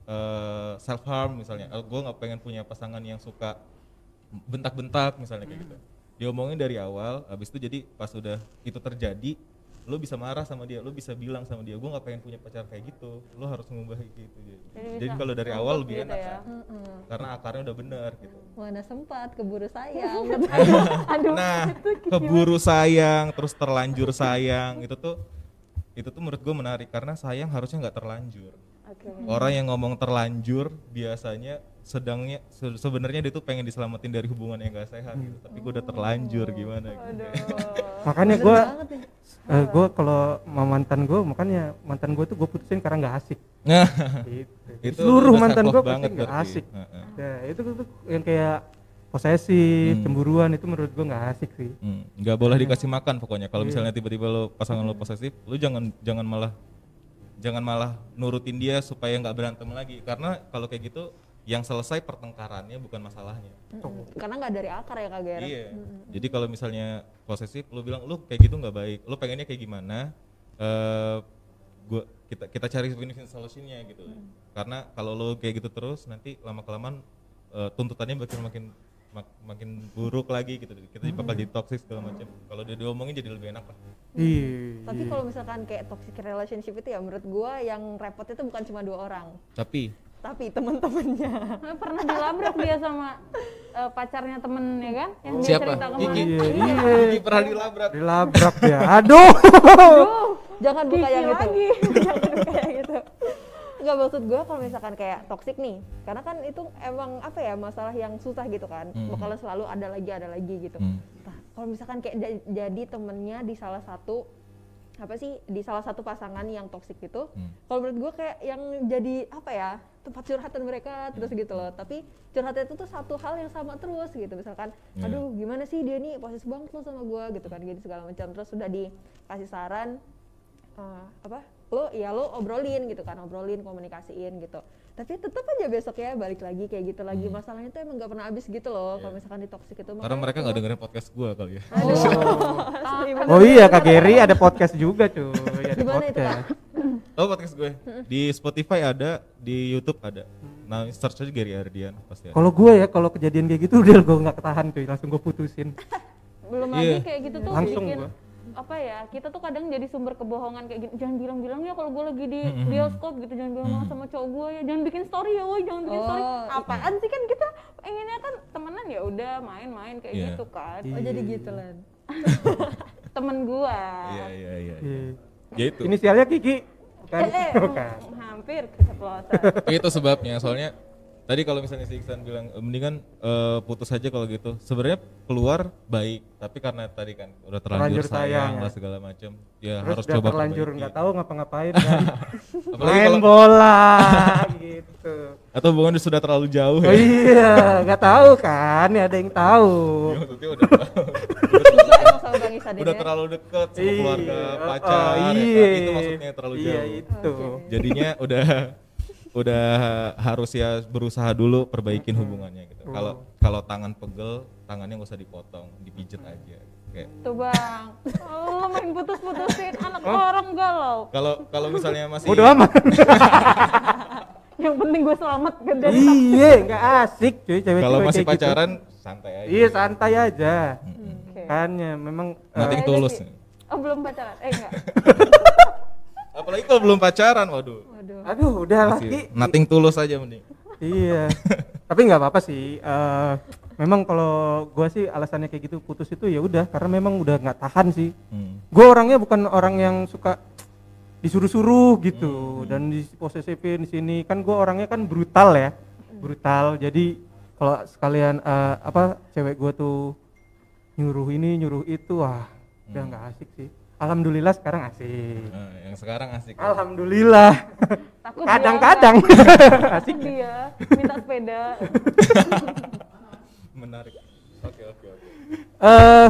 uh, self harm misalnya. Gue nggak pengen punya pasangan yang suka bentak-bentak misalnya kayak gitu. Diomongin dari awal, habis itu jadi pas udah itu terjadi, lo bisa marah sama dia, lo bisa bilang sama dia, gue nggak pengen punya pacar kayak gitu, lo harus mengubah kayak gitu. Jadi, jadi kalau dari awal lebih gitu enak ya. kan, karena akarnya udah benar gitu. Mana sempat keburu sayang. Aduh, Nah, itu gimana? keburu sayang, terus terlanjur sayang, itu tuh itu tuh menurut gue menarik karena sayang harusnya nggak terlanjur. Oke. Orang yang ngomong terlanjur biasanya sedangnya se- sebenarnya dia tuh pengen diselamatin dari hubungan yang gak sehat gitu. Tapi gue udah terlanjur gimana gitu. Aduh. Makanya Bener gue banget nih. uh, gue kalau sama mantan gue, makanya mantan gue tuh gue putusin karena nggak asik. Nah, Gitu. itu Seluruh udah mantan self gue love pasti banget nggak berarti. asik. Heeh. Ya itu tuh yang kayak posesif, Hmm. cemburuan itu menurut gue nggak asik sih. Hmm, nggak boleh dikasih makan pokoknya. Kalau misalnya tiba-tiba lo pasangan lo posesif, lo jangan jangan malah jangan malah nurutin dia supaya nggak berantem lagi. Karena kalau kayak gitu, yang selesai pertengkarannya bukan masalahnya. Mm-mm. Karena nggak dari akar ya Kak Ger. Iya. Jadi kalau misalnya posesif, lo bilang lo kayak gitu nggak baik. Lo pengennya kayak gimana? Eh, gua kita kita cari win-win solutionnya gitu. Karena kalau lo kayak gitu terus, nanti lama kelamaan eh, tuntutannya bakal makin mak- makin buruk lagi gitu. Kita bakal jadi toxic segala macam. Kalau dia diomongin jadi lebih enak lah. Iya. Tapi kalau misalkan kayak toxic relationship itu ya menurut gua yang repot itu bukan cuma dua orang, Tapi tapi teman-temannya. Nah, pernah dilabrak dia sama eh, pacarnya temen ya kan? Yang dia siapa? cerita kemarin. Kiki. Iya, iya. Kiki pernah dilabrak. Dilabrak ya. Aduh. Aduh, Jangan buka Kiki yang itu. lagi. Jangan buka yang itu. Enggak, maksud gue kalau misalkan kayak toxic nih, karena kan itu emang apa ya, masalah yang susah gitu kan, Hmm. bakalan selalu ada lagi ada lagi gitu. Hmm. Nah, kalau misalkan kayak da- jadi temennya di salah satu apa sih di salah satu pasangan yang toxic gitu, Hmm. kalau menurut gue kayak yang jadi apa ya, tempat curhatan mereka terus gitu loh. Tapi curhatan itu tuh satu hal yang sama terus gitu, misalkan Yeah. aduh gimana sih dia nih posisi banget lo sama gue gitu kan, gitu segala macam. Terus sudah dikasih saran uh, apa lo ya lo obrolin gitu kan, obrolin komunikasiin gitu, tapi tetap aja besok ya balik lagi kayak gitu lagi. Hmm. Masalahnya tuh emang gak pernah habis gitu loh kalau Yeah. misalkan di toxic itu. Karena Makanya mereka tuh- nggak dengerin podcast gua kali ya. Asli, bener. Oh iya Kak Geri ada podcast juga cuy. Ada Gimana itu, podcast. Oh podcast gue di Spotify ada, di YouTube ada. Nah search aja Gary Ardian pasti ada. Kalau gue ya kalau kejadian kayak gitu udah gue nggak ketahan cuy, langsung gue putusin. Belum Iya. lagi kayak gitu tuh Langsung bikin gua. apa ya, kita tuh kadang jadi sumber kebohongan kayak gini. Jangan bilang-bilang ya kalau gue lagi di Mm-mm. bioskop gitu, jangan bilang Mm. sama cowok gue ya, jangan bikin story ya woi, jangan bikin story. Oh, Apaan sih, kan kita pengennya kan temenan ya udah main-main kayak Iya. gitu kan. Oh jadi gitu Len. Temen gua. Iya iya iya. Iya. Ya itu. Inisialnya Kiki. Bukan. Eh, eh, Bukan. hampir keceplosan. Itu sebabnya. Soalnya tadi kalau misalnya si Iksan bilang e, mendingan eh, putus aja kalau gitu. Sebenarnya keluar baik, tapi karena tadi kan udah terlanjur, Terlanjur sayang, sayang lah ya. segala macam. Ya Terus harus udah coba terlanjur perbaiki. nggak tahu ngapa-ngapain kan. Apalagi Main kalau bola gitu. atau hubungan sudah terlalu jauh Oh ya. iya, nggak tahu kan, ya ada yang tahu. Ya, maksudnya udah terlalu, Susah emang sama Bang Isa udah terlalu deket sama keluarga Iya, pacar. oh, ya kan? iya. Itu maksudnya terlalu Iya jauh. itu. Oke. Jadinya udah udah harus ya berusaha dulu perbaikin hubungannya gitu. Kalau kalau tangan pegel, tangannya nggak usah dipotong, dipijet aja. Kayak Tuh bang, lo main putus-putusin anak orang galau. kalau kalau misalnya masih Bodo amat. Yang penting gue selamat kan dari Iya, nggak asik cuy cewek-cewek kalau masih kayak gitu. pacaran santai aja. Iya santai aja. Oke. Kan ya memang eh, Nothing Kayaknya tulus. sih. Oh belum pacaran? Eh enggak. Apalagi kalau belum pacaran, waduh. Waduh. aduh udah lagi. Masih nothing tulus aja mending. Iya. Tapi nggak apa-apa sih. eh, memang kalau gua sih alasannya kayak gitu putus itu ya udah karena memang udah nggak tahan sih. Hmm. Gue orangnya bukan orang yang suka disuruh-suruh gitu dan diposesifin di sini. Kan gue orangnya kan brutal ya, brutal. Jadi kalau sekalian eh, apa cewek gue tuh nyuruh ini nyuruh itu, wah udah nggak asik sih. Alhamdulillah sekarang asik. Nah, yang sekarang asik. Alhamdulillah. Takut Kadang-kadang asik dia minta sepeda. Menarik. Oke oke oke. eh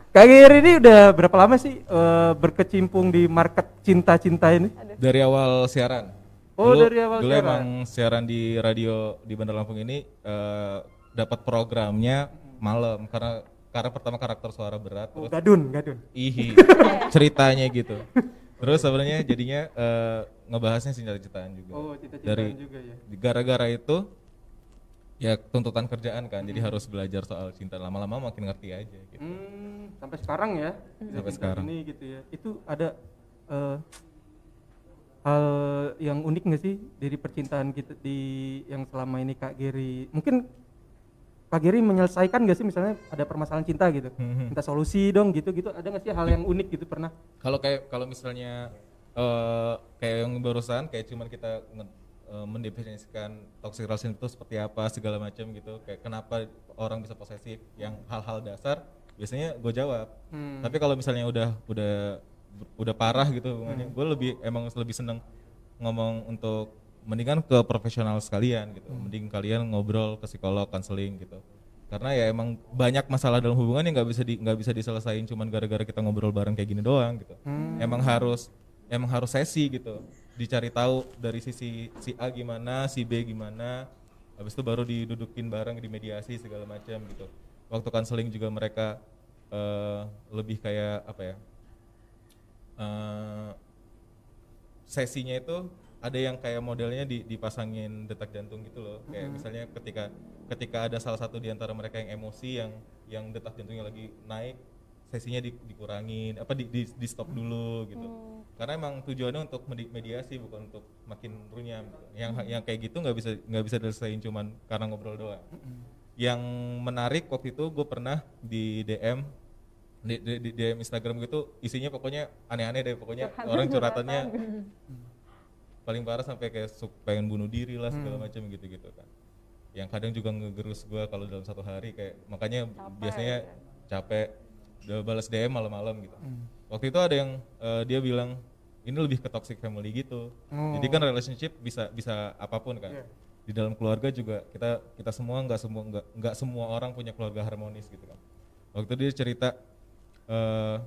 Kak Giri ini udah berapa lama sih uh, berkecimpung di market cinta-cinta ini? Dari awal siaran. Oh, dulu, dari awal dulu siaran. emang siaran di radio di Bandar Lampung ini uh, dapat programnya malam karena karena pertama karakter suara berat Oh, terus gadun, gadun. ihi ceritanya gitu. Terus sebenarnya jadinya uh, ngebahasnya cinta-cintaan juga. Oh, cinta-cintaan Dari juga ya. gara-gara itu ya tuntutan kerjaan kan, jadi harus belajar soal cinta, lama-lama makin ngerti aja gitu. Hmm, sampai sekarang ya. Sampai Cinta sekarang. Ini gitu ya. Itu ada uh, hal yang unik nggak sih dari percintaan kita di yang selama ini Kak Giri? Mungkin Kak Giri menyelesaikan nggak sih misalnya ada permasalahan cinta gitu, minta solusi dong gitu-gitu. Ada nggak sih hal yang unik gitu pernah? Kalau kayak kalau misalnya uh, kayak yang barusan kayak cuman kita nge- uh, mendefinisikan toxic relationship itu seperti apa segala macam gitu, kayak kenapa orang bisa posesif, yang hal-hal dasar biasanya gue jawab. Hmm. Tapi kalau misalnya udah udah udah parah gitu hubungannya, gue lebih emang lebih seneng ngomong untuk mendingan ke profesional sekalian gitu, mending kalian ngobrol ke psikolog, konseling gitu, karena ya emang banyak masalah dalam hubungan yang nggak bisa di nggak bisa diselesain cuman gara-gara kita ngobrol bareng kayak gini doang gitu. Hmm. Emang harus emang harus sesi gitu, dicari tahu dari sisi si A gimana, si B gimana, habis itu baru didudukin bareng, dimediasi segala macam gitu. Waktu konseling juga mereka uh, lebih kayak apa ya, uh, sesinya itu ada yang kayak modelnya dipasangin detak jantung gitu loh, kayak hmm. misalnya ketika ketika ada salah satu di antara mereka yang emosi, yang yang detak jantungnya lagi naik, sesinya di, dikurangin apa di, di, di stop dulu gitu. Hmm. Karena emang tujuannya untuk mediasi, bukan untuk makin runyam. Yang hmm. yang kayak gitu nggak bisa nggak bisa diselesain cuman karena ngobrol doang. Hmm. Yang menarik waktu itu gue pernah di D M di, di, di D M Instagram gitu, isinya pokoknya aneh-aneh deh, pokoknya curhatan, orang curhatannya paling parah sampai kayak pengen bunuh diri lah segala macam gitu-gitu kan. Yang kadang juga ngegerus gue kalau dalam satu hari, kayak makanya capek, biasanya ya. capek udah balas D M malam-malam gitu. Hmm. Waktu itu ada yang uh, dia bilang ini lebih ke toxic family gitu. Oh. Jadi kan relationship bisa bisa apapun kan. Yeah. Di dalam keluarga juga kita kita semua nggak semua nggak nggak semua orang punya keluarga harmonis gitu kan. Waktu dia cerita uh,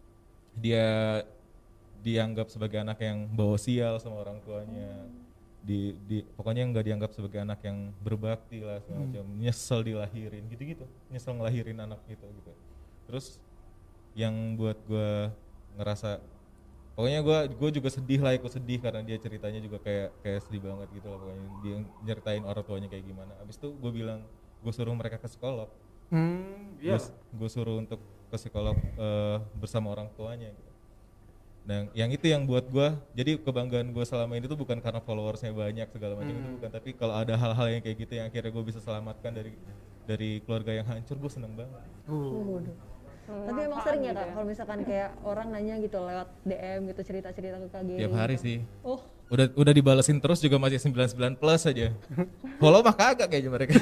dia dianggap sebagai anak yang bawa sial sama orang tuanya, di, di pokoknya nggak dianggap sebagai anak yang berbakti lah segala macam, hmm. nyesel dilahirin gitu-gitu, nyesel ngelahirin anak gitu gitu. Terus yang buat gue ngerasa, pokoknya gue gue juga sedih lah, ikut sedih karena dia ceritanya juga kayak kayak sedih banget gitu lah, pokoknya dia nyeritain orang tuanya kayak gimana. Abis itu gue bilang gue suruh mereka ke psikolog, hmm, yeah. gue suruh untuk ke psikolog uh, bersama orang tuanya gitu. Nah, yang itu yang buat gue, jadi kebanggaan gue selama ini tuh bukan karena followersnya banyak segala macam, hmm. itu bukan, tapi kalau ada hal-hal yang kayak gitu yang akhirnya gue bisa selamatkan dari dari keluarga yang hancur, gue seneng banget. Uh. Hmm. Tapi emang sering ya Kak, kalau misalkan kayak orang nanya gitu lewat D M gitu, cerita-cerita ke Kak Giri. Tiap hari gitu. sih. Oh. Udah udah dibalesin terus juga masih sembilan puluh sembilan plus aja. Follow mah kagak kayaknya mereka.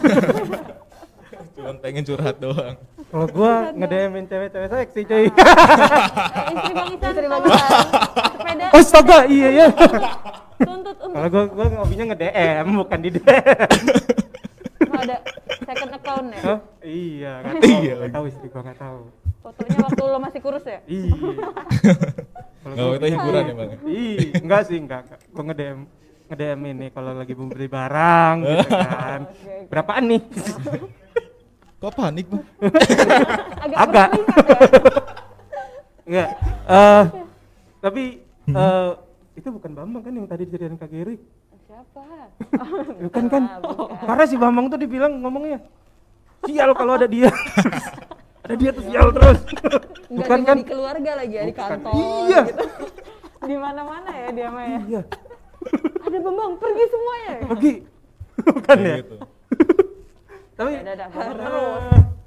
Cuman pengen curhat doang. Kalau gua nge-D M-in cewek-cewek seksi cuy. Istri Bang Isan, istri Bang Isan. Sepeda. Astaga, iya ya. Tuntut untuk. Kalau gua gua hobinya nge-D M, bukan di D M. Oh, ada second account ya? Oh, iya, enggak tahu. Iya, enggak tahu istri gua enggak tahu. Fotonya waktu lo masih kurus ya? Iya. Enggak, itu hiburan ya, Bang. Iya, enggak sih, enggak. Gua nge-D M nge-D M ini kalau lagi mau beli barang gitu kan. Berapaan nih? Kok panik, Bang? Agak. Agak. Enggak. Eh, tapi eh itu bukan Bambang kan yang tadi diceritain Kak Giri? Siapa? Bukan kan? Karena si Bambang tuh dibilang ngomongnya sial kalau ada dia. Ada dia tuh sial terus. Bukan kan di keluarga lagi ya, di kantor. Iya. Gitu. Di mana-mana ya dia mah ya. Iya. Ada Bambang, pergi semuanya. Pergi. Bukan ya? Gitu. Tapi terus.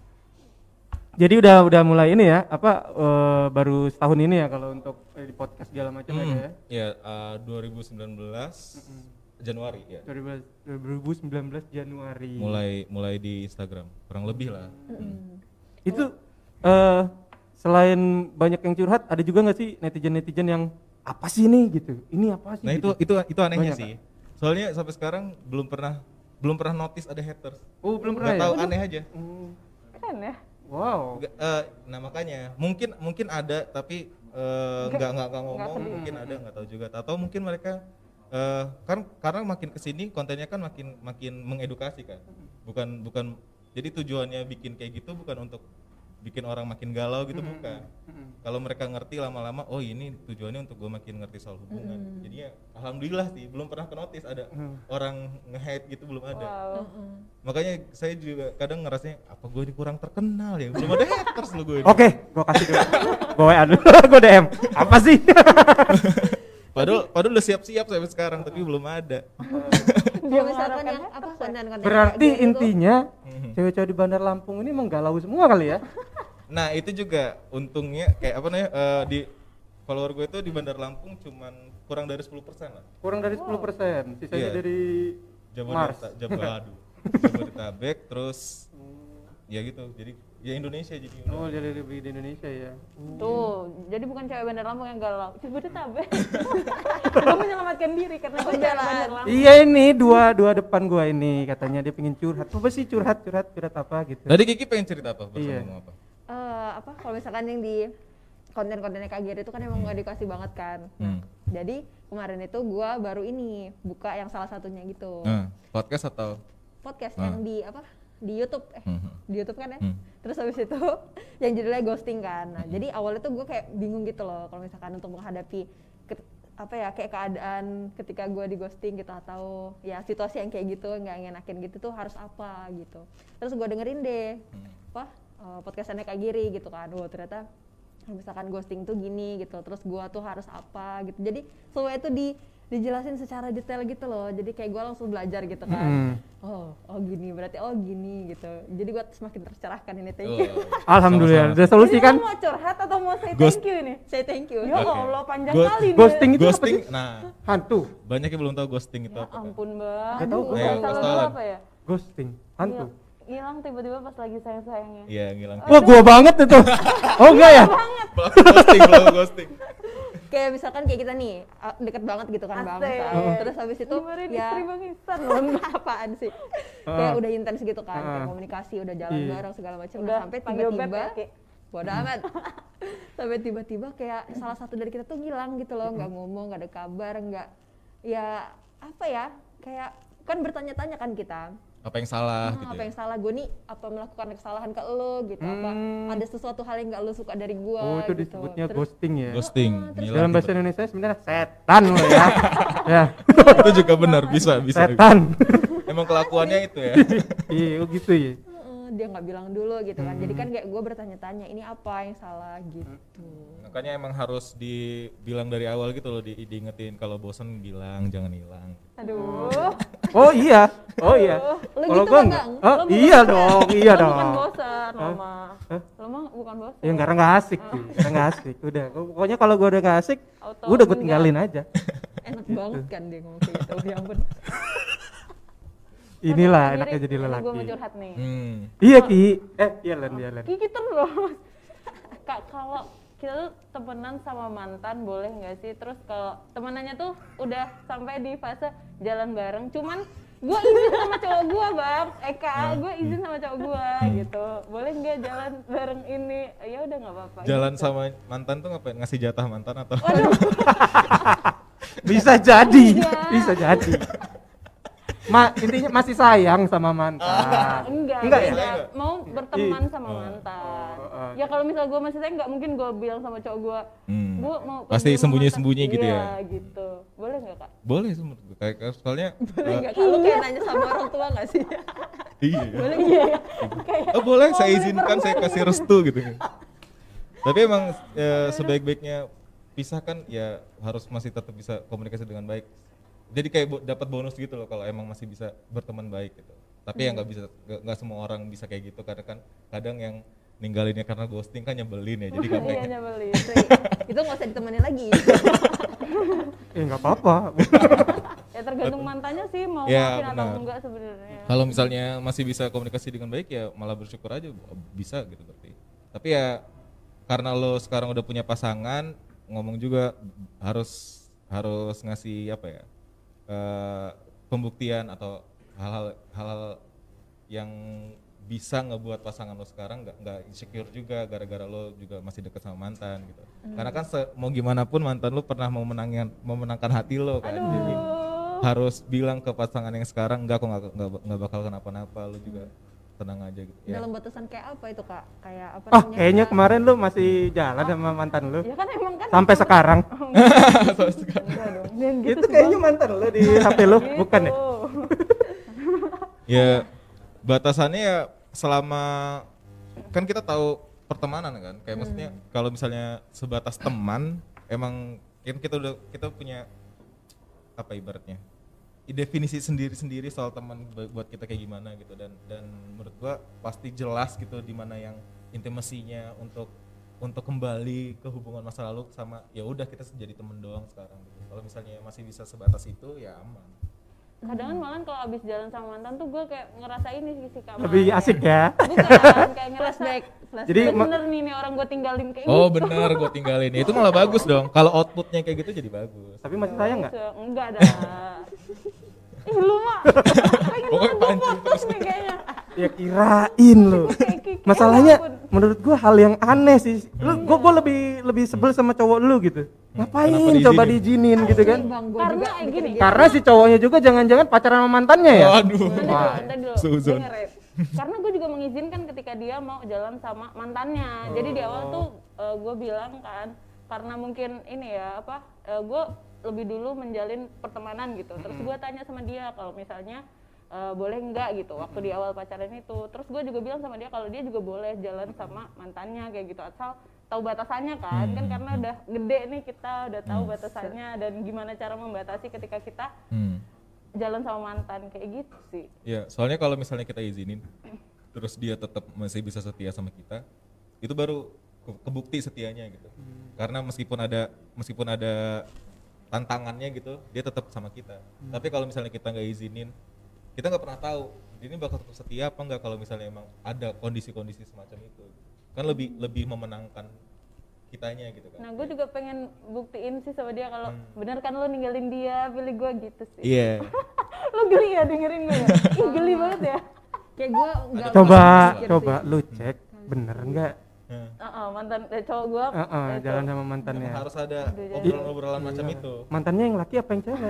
Jadi udah udah mulai ini ya, apa uh, baru setahun ini ya kalau untuk eh, di podcast segala macam hmm. aja ya. Iya, uh, dua ribu sembilan belas mm-hmm. Januari ya. dua ribu sembilan belas Januari. Mulai mulai di Instagram, kurang lebih lah. Mm-hmm. Hmm. Itu uh, selain banyak yang curhat, ada juga nggak sih netizen-netizen yang apa sih ini gitu? Ini apa sih? Nah gitu? itu itu itu anehnya banyak, sih. Kan? Soalnya sampai sekarang belum pernah belum pernah notice ada haters. Oh belum pernah. Gak ya? tahu, aneh aja. Hmm. Keren ya. Wow. Nggak, eh, nah makanya mungkin mungkin ada tapi eh, nggak nggak nggak ngomong, Nggak peduli. mungkin ada nggak tahu juga, atau mungkin mereka eh, kan karena makin kesini kontennya kan makin makin mengedukasi kan, bukan bukan jadi tujuannya bikin kayak gitu bukan untuk bikin orang makin galau gitu, bukan. Kalau mereka ngerti lama-lama, oh ini tujuannya untuk gue makin ngerti soal hubungan. Jadi ya alhamdulillah sih belum pernah ke notice ada orang nge-hate gitu, belum ada. Wow. Makanya saya juga kadang ngerasanya apa gue ini kurang terkenal ya, belum ada haters lo gue ini. Oke, gua kasih dulu. Gua W A dulu, gua D M. Apa sih? Padahal padahal udah siap-siap sampai sekarang tapi belum ada. Dia Kalau misalkan mengharapkan yang apa konten-konten Berarti kayak gitu, intinya Mhm. cewek-cewek di Bandar Lampung ini menggalau semua kali ya? Nah itu juga untungnya kayak apa namanya eh, di follower gue itu di Bandar Lampung cuman kurang dari sepuluh persen lah. Kurang dari sepuluh persen, sisanya Iya. dari Mars. Jabodetabek, Jabodetabek, Jabodetabek, terus ya gitu. Jadi ya Indonesia jadi Oh, udah. jadi lebih di Indonesia ya. Tuh, jadi bukan cewek Bandar Lampung yang galau, Jabodetabek. Gue menyelamatkan diri karena gue cewek Bandar Lampung. Iya ini dua dua depan gua ini katanya dia pengen curhat. Apa sih curhat curhat curhat apa gitu? Tadi Kiki pengen cerita apa? Barusan Iya. ngomong apa? eh, apa kalau misalkan yang di konten-kontennya Kak Giri itu kan emang mengedukasi banget kan. Hmm. Jadi kemarin itu gua baru ini buka yang salah satunya gitu. Nah, podcast atau? Podcast Ah. yang di apa? Di YouTube eh Hmm. di YouTube kan ya. Hmm. Terus habis itu yang judulnya ghosting kan. Nah, jadi awalnya tuh gue kayak bingung gitu loh kalau misalkan untuk menghadapi ke- apa ya kayak keadaan ketika gue di ghosting gitu atau ya situasi yang kayak gitu nggak ngenakin gitu tuh harus apa gitu. Terus gue dengerin deh apa eh, podcastannya Kak Giri gitu kan. Wah, ternyata kalau misalkan ghosting tuh gini gitu. Terus gue tuh harus apa gitu. Jadi semua itu di dijelasin secara detail gitu loh. Jadi kayak gue langsung belajar gitu kan. Hmm. Oh, oh gini berarti oh gini gitu. Jadi gue semakin tercerahkan ini, thank you. Oh, Alhamdulillah, sama-sama. udah solusi Ini kan? lo mau curhat atau mau say Ghost- thank you ini? Say thank you. Ya Oke. Allah, panjang Ghost- kali. Ghosting itu apa Ghosting, sih? nah Hantu. banyak yang belum tahu ghosting itu Ya apa. kan? ampun bang. Nggak tahu, Aduh, gua tahu. masalah Iya, gua apa ya? Ghosting, hantu. Ngil- Ngilang tiba-tiba pas lagi sayang-sayangnya. Iya, ngilang. Wah, gua banget itu. Oh enggak ya? Pelaku ghosting, pelaku ghosting. Kayak misalkan kayak kita nih uh, deket banget gitu kan bang. Asik. Misalnya. Terus habis itu Gimana ya istri Bang Ihsan? apaan sih? Kayak Ah. udah intens gitu kan, kayak Ah. komunikasi udah jalan Iya. bareng segala macam. Udah Sampai panggil beb tiba-tiba ya, Ki? bodo amat. Sampai tiba-tiba kayak salah satu dari kita tuh ngilang gitu loh, nggak ngomong, nggak ada kabar, nggak ya apa ya? Kayak kan bertanya-tanya kan kita. Apa yang salah Ah, gitu apa ya? yang salah gue nih, apa melakukan kesalahan ke lo gitu, apa Hmm. ada sesuatu hal yang nggak lo suka dari gue Oh, itu gitu. disebutnya Terus- ghosting ya. Ghosting, Ah, terus ngilang Dalam bahasa tiba- Indonesia sebenarnya setan loh ya. Ya, Itu juga benar, bisa, bisa. setan. Emang kelakuannya itu ya. Iya, oh gitu ya. Heeh, dia nggak bilang dulu gitu kan, jadi kan kayak gue bertanya-tanya ini apa yang salah gitu. Makanya emang harus dibilang dari awal gitu loh, di, diingetin kalau bosan bilang jangan hilang. Aduh. Oh iya, oh iya. Lo Kalau gitu gua nggak, enggak. Bang? Oh Lo bukan iya bosan. dong, iya Lo dong. bukan bosan, lo Hah? mah. Hah? Lo mah bukan bosan. Ya karena nggak asik sih, karena nggak asik. Udah, pokoknya kalau gua udah nggak asik, Auto gua udah gua enggak. tinggalin aja. Enak banget kan dia ngomong kayak gitu, ya ampun. Inilah Jadi, enaknya jadi ini lelaki. Gue mau curhat nih. Hmm. Iya Ki, eh iya Len, iya Len. Kiki terus. Kak, kalau kita tuh temenan sama mantan boleh nggak sih? Terus kalau temenannya tuh udah sampai di fase jalan bareng, cuman gue izin sama cowok gue bang, Eka, gue izin sama cowok gue gitu. Boleh nggak jalan bareng ini? Ya udah nggak apa-apa. Jalan gitu. sama mantan tuh ngapain? Ngasih jatah mantan atau? Waduh, Bisa jadi, Iya. bisa jadi. Ma, intinya masih sayang sama mantan. enggak, Enggak gue ya? nggak mau berteman Ih. sama Oh. mantan. Oh, oh. Ya kalau misal gue masih sayang, nggak mungkin gue bilang sama cowok gue, Hmm. gue mau Pasti pergi sama sembunyi-sembunyi mantan." gitu ya? Iya gitu. Boleh nggak kak? Boleh sih menurut gue. Kayak kayak soalnya eh, Enggak, kalau kayak nanya sama orang tua nggak sih? iya. Boleh Iya, iya. Kayak Oh boleh, mau saya beli izinkan, saya permen. kasih restu gitu. Tapi emang ya, sebaik-baiknya pisahkan ya harus masih tetap bisa komunikasi dengan baik. Jadi kayak bo- dapat bonus gitu loh kalau emang masih bisa berteman baik gitu. Tapi ya nggak bisa, nggak nggak semua orang bisa kayak gitu karena kan kadang yang ninggalinnya karena ghosting kan nyebelin ya. Jadi kan Iya pengen. nyebelin. Itu nggak usah ditemenin lagi. Eh nggak apa-apa. Ya tergantung mantannya sih mau Ya, maafin atau benar. enggak sebenarnya. Kalau misalnya masih bisa komunikasi dengan baik ya malah bersyukur aja bisa gitu berarti. Tapi ya karena lo sekarang udah punya pasangan, ngomong juga harus harus ngasih apa ya eh, pembuktian atau hal-hal hal-hal yang bisa ngebuat pasangan lo sekarang nggak nggak insecure juga gara-gara lo juga masih deket sama mantan gitu. Hmm. Karena kan se- mau gimana pun mantan lo pernah memenangkan memenangkan hati lo kan. Aduh. Jadi harus bilang ke pasangan yang sekarang enggak kok nggak nggak- nggak bakal kenapa-napa, lo juga tenang aja gitu. Ya. Dalam batasan kayak apa itu kak? Kayak apa Oh, namanya? kayaknya Kak? kemarin lu masih jalan sama mantan lu. Ya kan emang kan Sampai sekarang. enggak dong. Jangan gitu Itu sih, kayaknya Bang. mantan lu di H P lu, Gitu. bukan ya? Ya batasannya ya selama kan kita tahu pertemanan kan, kayak maksudnya kalau misalnya sebatas teman emang kan kita udah kita punya apa ibaratnya definisi sendiri-sendiri soal teman bu- buat kita kayak gimana gitu, dan dan menurut gua pasti jelas gitu di mana yang intimasinya untuk untuk kembali ke hubungan masa lalu sama ya udah kita jadi temen doang sekarang gitu. Kalau misalnya masih bisa sebatas itu ya aman. Kadang kan malah kalau abis jalan sama mantan tuh gue kayak ngerasa ini sih Kak. Lebih malah asik kayak- ya. Bukan, kayak ngerasa Flashback. Jadi ma- bener nih nih orang gue tinggalin kayak Oh gitu. bener, gue tinggalin. Ya, itu malah bagus dong. Kalau outputnya kayak gitu jadi bagus. Tapi masih sayang nggak? Se- Enggak dah. Ih lu mah pengen Pokoknya banget gue pancing fokus nih kayaknya. Ya kirain lu. Kayak Kiki, Masalahnya ya ampun. menurut gua hal yang aneh sih. Lu gua gua lebih lebih sebel sama cowok lu gitu. Ngapain Kenapa coba diizinin? diizinin gitu kan? Bang, gua Karena juga kayak mikir gini. gitu. Karena si cowoknya juga jangan-jangan pacaran sama mantannya ya? Aduh. Nanti dulu, Wah. nanti dulu. Suzon. Denger ya. Karena gue juga mengizinkan ketika dia mau jalan sama mantannya. Jadi di awal tuh gue bilang kan, karena mungkin ini ya apa, gue lebih dulu menjalin pertemanan gitu. Terus gue tanya sama dia kalau misalnya eh, boleh enggak gitu waktu di awal pacaran itu. Terus gue juga bilang sama dia kalau dia juga boleh jalan sama mantannya kayak gitu, asal tahu batasannya kan. Kan karena udah gede nih kita udah tahu batasannya dan gimana cara membatasi ketika kita Hmm. jalan sama mantan kayak gitu sih. Ya, soalnya kalau misalnya kita izinin, terus dia tetap masih bisa setia sama kita, itu baru ke- kebukti setianya gitu. Karena meskipun ada meskipun ada tantangannya gitu, dia tetap sama kita. Tapi kalau misalnya kita nggak izinin, kita nggak pernah tahu ini bakal tetap setia apa nggak kalau misalnya emang ada kondisi-kondisi semacam itu. Kan lebih lebih memenangkan kitanya gitu kan. Nah, gue juga pengen buktiin sih sama dia kalau bener kan lo ninggalin dia, pilih gue gitu sih. Iya. Lo geli ya dengerin gue ya? Ih, geli banget ya. Kayak gua enggak Coba mikir coba sih. lu cek bener enggak? Nah, Heeh, mantan eh, cowok gue. Heeh, jalan sama mantannya. harus ada jadi. obrolan-obrolan macam itu. Mantannya yang laki apa yang cewek?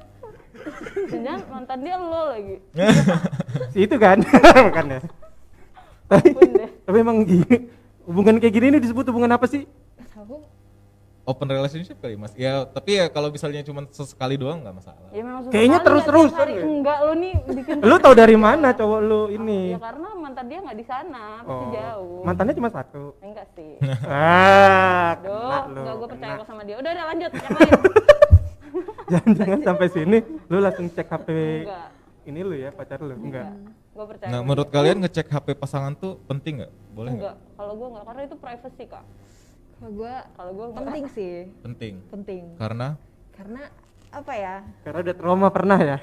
Jangan mantan dia lo lagi. Si itu kan? Bukan ya. Tapi, Ampun deh. tapi emang gini, hubungan kayak gini ini disebut hubungan apa sih? Tahu. Open relationship kali mas. Ya tapi ya kalau misalnya cuma sesekali doang nggak masalah. Ya memang susah Kayaknya kali nggak terus-terusan tiap hari. ya. Enggak, lo nih bikin Lu tahu dari mana cowok lu ini? Ya karena mantan dia nggak di sana, pasti jauh. Mantannya cuma satu. Enggak sih. Ah, Aduh, kena lu. enggak gue percaya kena. kok sama dia. Udah udah lanjut yang lain. Jangan-jangan sampai sini lu langsung cek H P Enggak. ini lu ya, pacar lu? Enggak. Gue percaya. Nah sama menurut dia. kalian ngecek H P pasangan tuh penting nggak? Boleh nggak? Enggak, kalau gue enggak karena itu privacy kak. Kalau gua Kalau gue penting sih, Penting. penting. Karena Karena apa ya? Karena udah trauma pernah ya?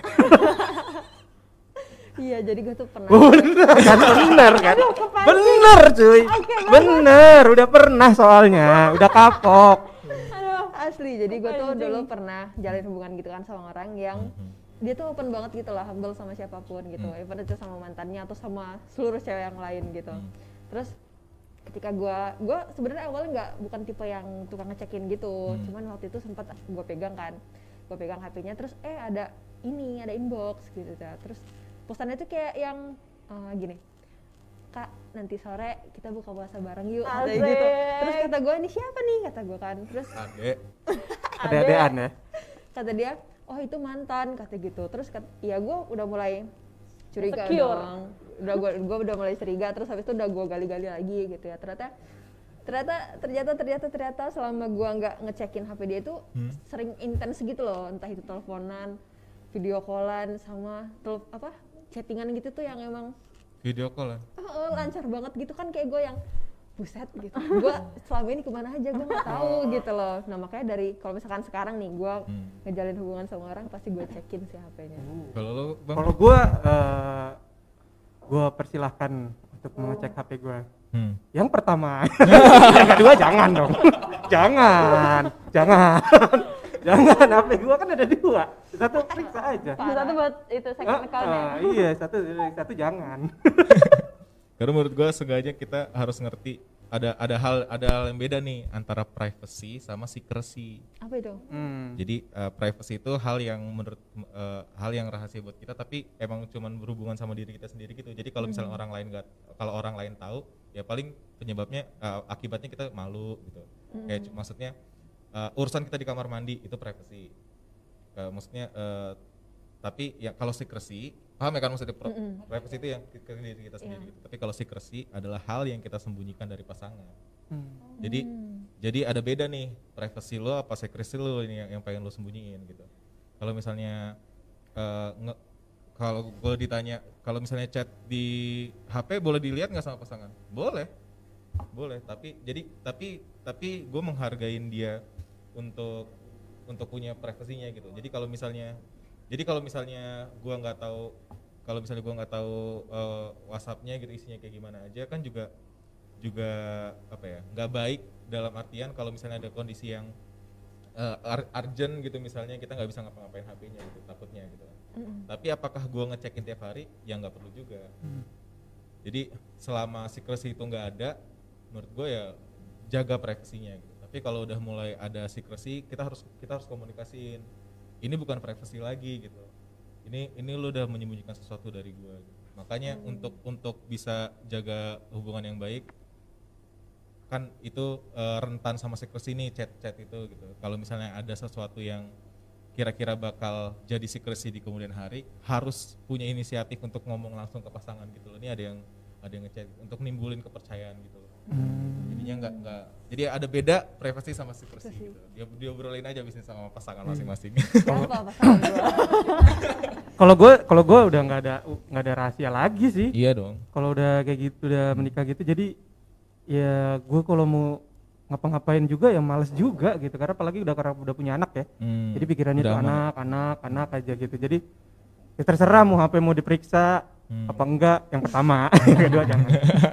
Iya, jadi gua tuh pernah. Bener kan? Bener kan? Bener cuy. Bener, udah pernah soalnya, udah kapok. Asli, jadi gue tuh Anjing. dulu pernah jalin hubungan gitu kan sama orang yang dia tuh open banget gitu lah, humble sama siapapun gitu, even itu sama mantannya atau sama seluruh cewek yang lain gitu. Terus ketika gue, gue sebenarnya awalnya nggak bukan tipe yang tukang ngecekin gitu, cuman waktu itu sempat gue pegang kan, gue pegang H P-nya, terus eh ada ini, ada inbox gitu ya. Terus postannya tuh kayak yang eh, gini, Kak, nanti sore kita buka puasa bareng yuk, katanya Asik. gitu. Terus kata gue, ini siapa nih, kata gue kan. Terus adek. Ade-adean ya? kata dia, oh itu mantan, kata gitu. Terus kata, ya gue udah mulai curiga Insecure. dong. Udah gue gue udah mulai curiga, terus habis itu udah gue gali-gali lagi gitu ya. Ternyata ternyata ternyata ternyata ternyata selama gue nggak ngecekin H P dia itu sering intens gitu loh, entah itu teleponan, video callan sama tel apa chattingan gitu tuh yang emang Video call lah. oh, oh, lancar banget gitu kan, kayak gue yang buset gitu. Gue selama ini kemana aja gue nggak tahu gitu loh. Nah makanya dari kalau misalkan sekarang nih gue Hmm. ngejalin hubungan sama orang pasti gue cekin sih H P-nya. Kalau lo bang? Kalau gua eh, gua persilahkan untuk mengecek H P gua. Hmm. Yang pertama, yang kedua jangan dong. Jangan, jangan. Jangan, H P gua kan ada dua. Satu periksa aja. Yang satu buat itu second Ah, account ya. ah, iya, satu satu jangan. Karena menurut gue seenggaknya kita harus ngerti ada ada hal ada hal yang beda nih antara privacy sama secrecy. Apa itu? Hmm. Jadi uh, privacy itu hal yang menurut uh, hal yang rahasia buat kita tapi emang cuman berhubungan sama diri kita sendiri gitu. Jadi kalau misalnya orang lain nggak, kalau orang lain tahu ya paling penyebabnya uh, akibatnya kita malu gitu. Mm. Kayak cu- maksudnya uh, urusan kita di kamar mandi itu privacy. Uh, maksudnya uh, tapi ya kalau secrecy, paham ya kan maksudnya pro- Mm-mm. privacy itu yang ke, ke diri kita sendiri Iya. gitu. Tapi kalau secrecy adalah hal yang kita sembunyikan dari pasangan. Hmm. Jadi Hmm. jadi ada beda nih privacy lo apa secrecy lo ini yang, yang pengen lo sembunyiin gitu. Kalau misalnya uh, nge- kalau gue ditanya kalau misalnya chat di H P boleh dilihat nggak sama pasangan? Boleh, boleh. Tapi jadi tapi tapi gue menghargain dia untuk untuk punya privasinya gitu. Jadi kalau misalnya jadi kalau misalnya gue nggak tahu kalau misalnya gue nggak tahu uh, WhatsApp-nya gitu isinya kayak gimana aja kan juga juga apa ya nggak baik dalam artian kalau misalnya ada kondisi yang uh, ar- urgent gitu misalnya kita nggak bisa ngapa-ngapain H P-nya gitu takutnya gitu. Mm-mm. Tapi apakah gue ngecekin tiap hari? Ya nggak perlu juga. Hmm. Jadi selama secrecy itu nggak ada, menurut gue ya jaga privasinya gitu. Tapi kalau udah mulai ada secrecy, kita harus kita harus komunikasiin. Ini bukan privacy lagi gitu. Ini ini lu udah menyembunyikan sesuatu dari gue. Gitu. Makanya Hmm. untuk untuk bisa jaga hubungan yang baik, kan itu uh, rentan sama secrecy nih chat-chat itu gitu. Kalau misalnya ada sesuatu yang kira-kira bakal jadi secrecy di kemudian hari, harus punya inisiatif untuk ngomong langsung ke pasangan gitu loh. Ini ada yang ada yang ngechat untuk nimbulin kepercayaan gitu loh. Hmm. Jadinya enggak enggak. Jadi ada beda privasi sama secrecy Secrecy. gitu. Dia diobrolin aja bisnis sama pasangan masing-masing. Apa pasangan gua? Kalau gue kalau gue udah nggak ada nggak ada rahasia lagi sih. Iya dong. Kalau udah kayak gitu udah menikah gitu jadi ya gue kalau mau ngapa-ngapain juga ya males juga gitu karena apalagi udah karena udah punya anak ya. Hmm, Jadi pikirannya udah tuh aman. anak, anak, anak aja gitu. Jadi ya terserah mau H P mau diperiksa Hmm. apa enggak. Yang pertama, yang kedua jangan.